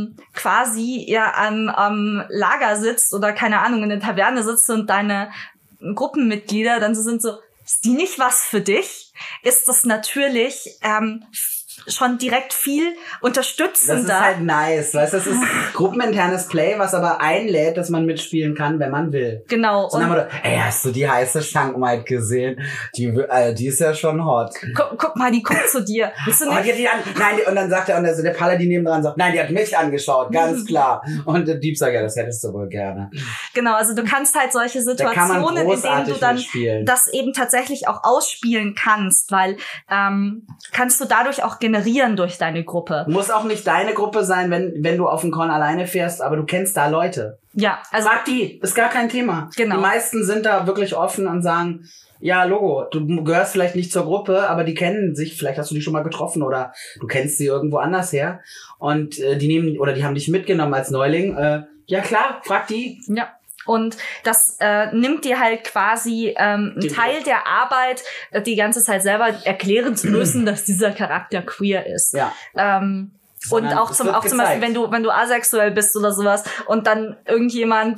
quasi ja am Lager sitzt oder keine Ahnung, in der Taverne sitzt und deine Gruppenmitglieder dann so sind so, ist die nicht was für dich? Ist das natürlich schon direkt viel unterstützender. Das ist halt nice, weißt du, das ist gruppeninternes Play, was aber einlädt, dass man mitspielen kann, wenn man will. Genau. So, und ey, hast du die heiße Schankmaid gesehen? Die ist ja schon hot. Guck mal, die guckt zu dir. Willst du nicht? Oh, die hat die nein, und dann sagt er, und der Paladin nebendran sagt, nein, die hat mich angeschaut, ganz klar. Und der Dieb sagt, ja, das hättest du wohl gerne. Genau, also du kannst halt solche Situationen, in denen du dann das eben tatsächlich auch ausspielen kannst, weil kannst du dadurch auch generieren durch deine Gruppe. Muss auch nicht deine Gruppe sein, wenn du auf den Con alleine fährst, aber du kennst da Leute. Ja, also frag die, ist gar kein Thema. Genau. Die meisten sind da wirklich offen und sagen, ja, Logo, du gehörst vielleicht nicht zur Gruppe, aber die kennen sich, vielleicht hast du die schon mal getroffen oder du kennst sie irgendwo anders her und die haben dich mitgenommen als Neuling. Ja klar, frag die. Ja. Und das nimmt dir halt quasi einen Teil der Arbeit, die ganze Zeit selber erklären zu müssen, dass dieser Charakter queer ist. Ja. Und auch zum Beispiel, wenn du asexuell bist oder sowas und dann irgendjemand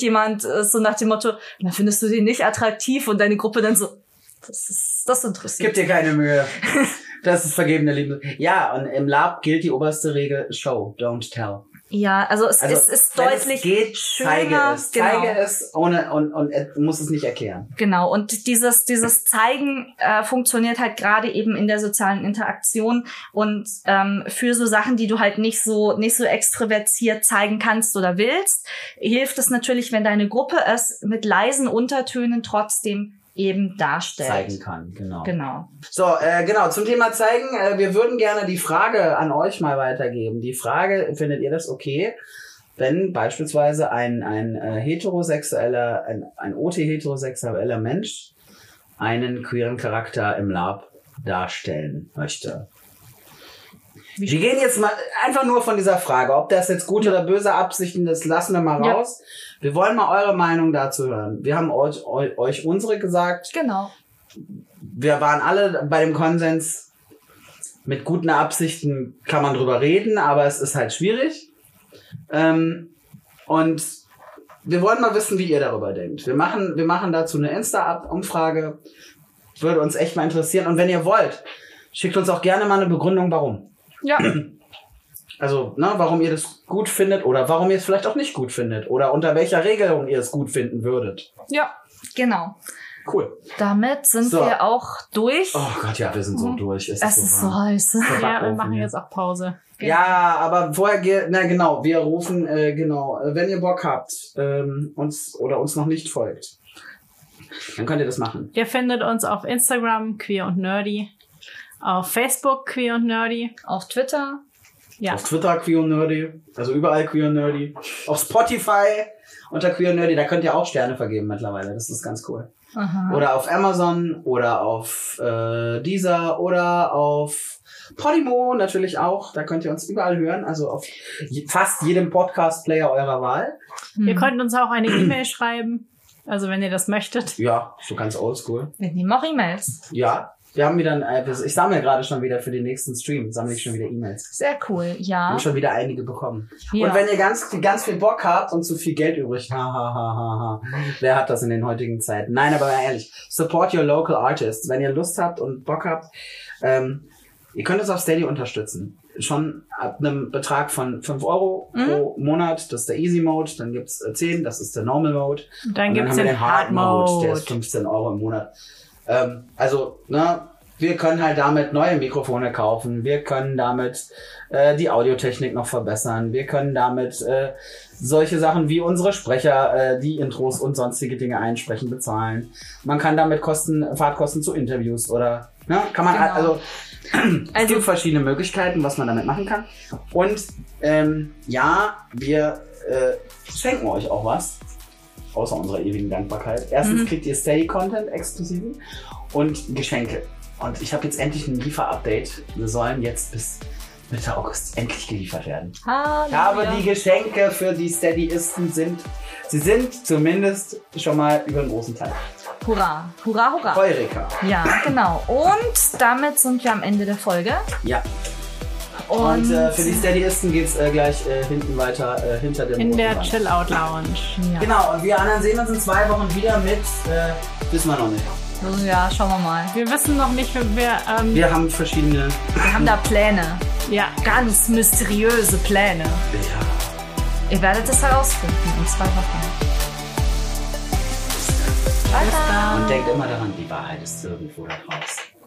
so nach dem Motto, na, findest du den nicht attraktiv und deine Gruppe dann so, das interessiert. Gib dir keine Mühe. Das ist vergebene Liebe. Ja, und im Lab gilt die oberste Regel, show, don't tell. Ja, also es ist deutlich schöner. Zeige es ohne und muss es nicht erklären. Genau, und dieses Zeigen funktioniert halt gerade eben in der sozialen Interaktion und für so Sachen, die du halt nicht so extrovertiert zeigen kannst oder willst, hilft es natürlich, wenn deine Gruppe es mit leisen Untertönen trotzdem eben darstellt. Zeigen kann, genau. So, zum Thema Zeigen. Wir würden gerne die Frage an euch mal weitergeben. Die Frage, findet ihr das okay, wenn beispielsweise ein OT-heterosexueller Mensch einen queeren Charakter im Lab darstellen möchte? Wir gehen jetzt mal einfach nur von dieser Frage, ob das jetzt gute oder böse Absichten, das lassen wir mal raus. Wir wollen mal eure Meinung dazu hören. Wir haben euch unsere gesagt. Genau. Wir waren alle bei dem Konsens, mit guten Absichten kann man drüber reden, aber es ist halt schwierig. Und wir wollen mal wissen, wie ihr darüber denkt. Wir machen dazu eine Insta-Umfrage. Würde uns echt mal interessieren. Und wenn ihr wollt, schickt uns auch gerne mal eine Begründung, warum. Ja. Also, warum ihr das gut findet oder warum ihr es vielleicht auch nicht gut findet oder unter welcher Regelung ihr es gut finden würdet. Ja, genau. Cool. Damit sind wir auch durch. Oh Gott, ja, wir sind so durch. Es ist so heiß. Ja, wir machen jetzt auch Pause. Ja, aber vorher, wir rufen, wenn ihr Bock habt, uns noch nicht folgt, dann könnt ihr das machen. Ihr findet uns auf Instagram, Queer und Nerdy. Auf Facebook, Queer und Nerdy. Auf Twitter. Ja. Auf Twitter, Queer und Nerdy. Also überall Queer und Nerdy. Auf Spotify unter Queer und Nerdy. Da könnt ihr auch Sterne vergeben mittlerweile. Das ist ganz cool. Aha. Oder auf Amazon oder auf Deezer oder auf Podimo natürlich auch. Da könnt ihr uns überall hören. Also auf fast jedem Podcast-Player eurer Wahl. Ihr könnt uns auch eine E-Mail schreiben. Also wenn ihr das möchtet. Ja, so ganz oldschool. Wir nehmen auch E-Mails. Ja. Wir haben wieder ich sammle gerade schon wieder für den nächsten Stream, sammle ich schon wieder E-Mails. Sehr cool, ja. Wir haben schon wieder einige bekommen. Ja. Und wenn ihr ganz viel Bock habt und zu viel Geld übrig, wer hat das in den heutigen Zeiten? Nein, aber mal ehrlich, support your local artists. Wenn ihr Lust habt und Bock habt, ihr könnt uns auf Steady unterstützen. Schon ab einem Betrag von 5 Euro pro Monat, das ist der Easy Mode, dann gibt's 10, das ist der Normal Mode. Dann gibt's den Hard Mode, der ist 15 Euro im Monat. Wir können halt damit neue Mikrofone kaufen, wir können damit die Audiotechnik noch verbessern, wir können damit solche Sachen wie unsere Sprecher, die Intros und sonstige Dinge einsprechen, bezahlen. Man kann damit Fahrtkosten zu Interviews oder, kann man, genau. Es gibt verschiedene Möglichkeiten, was man damit machen kann. Und wir schenken euch auch was. Außer unserer ewigen Dankbarkeit. Erstens kriegt ihr Steady-Content exklusiv und Geschenke. Und ich habe jetzt endlich ein Lieferupdate. Wir sollen jetzt bis Mitte August endlich geliefert werden. Halleluja. Ich habe die Geschenke für die Steadyisten sie sind zumindest schon mal über den großen Teil. Hurra, hurra, hurra. Heureka. Ja, genau. Und damit sind wir am Ende der Folge. Ja. Und für die Steadyisten geht's gleich hinten weiter, hinter dem in der Wand. Chill-Out-Lounge. Ja. Genau, und wir anderen sehen uns in 2 Wochen wieder mit, wissen wir noch nicht. Ja, schauen wir mal. Wir wissen noch nicht, Wir haben verschiedene... Wir haben da Pläne. ja, Ganz mysteriöse Pläne. Ja. Ihr werdet es herausfinden in 2 Wochen. bis dann. Und denkt immer daran, die Wahrheit ist irgendwo da draußen.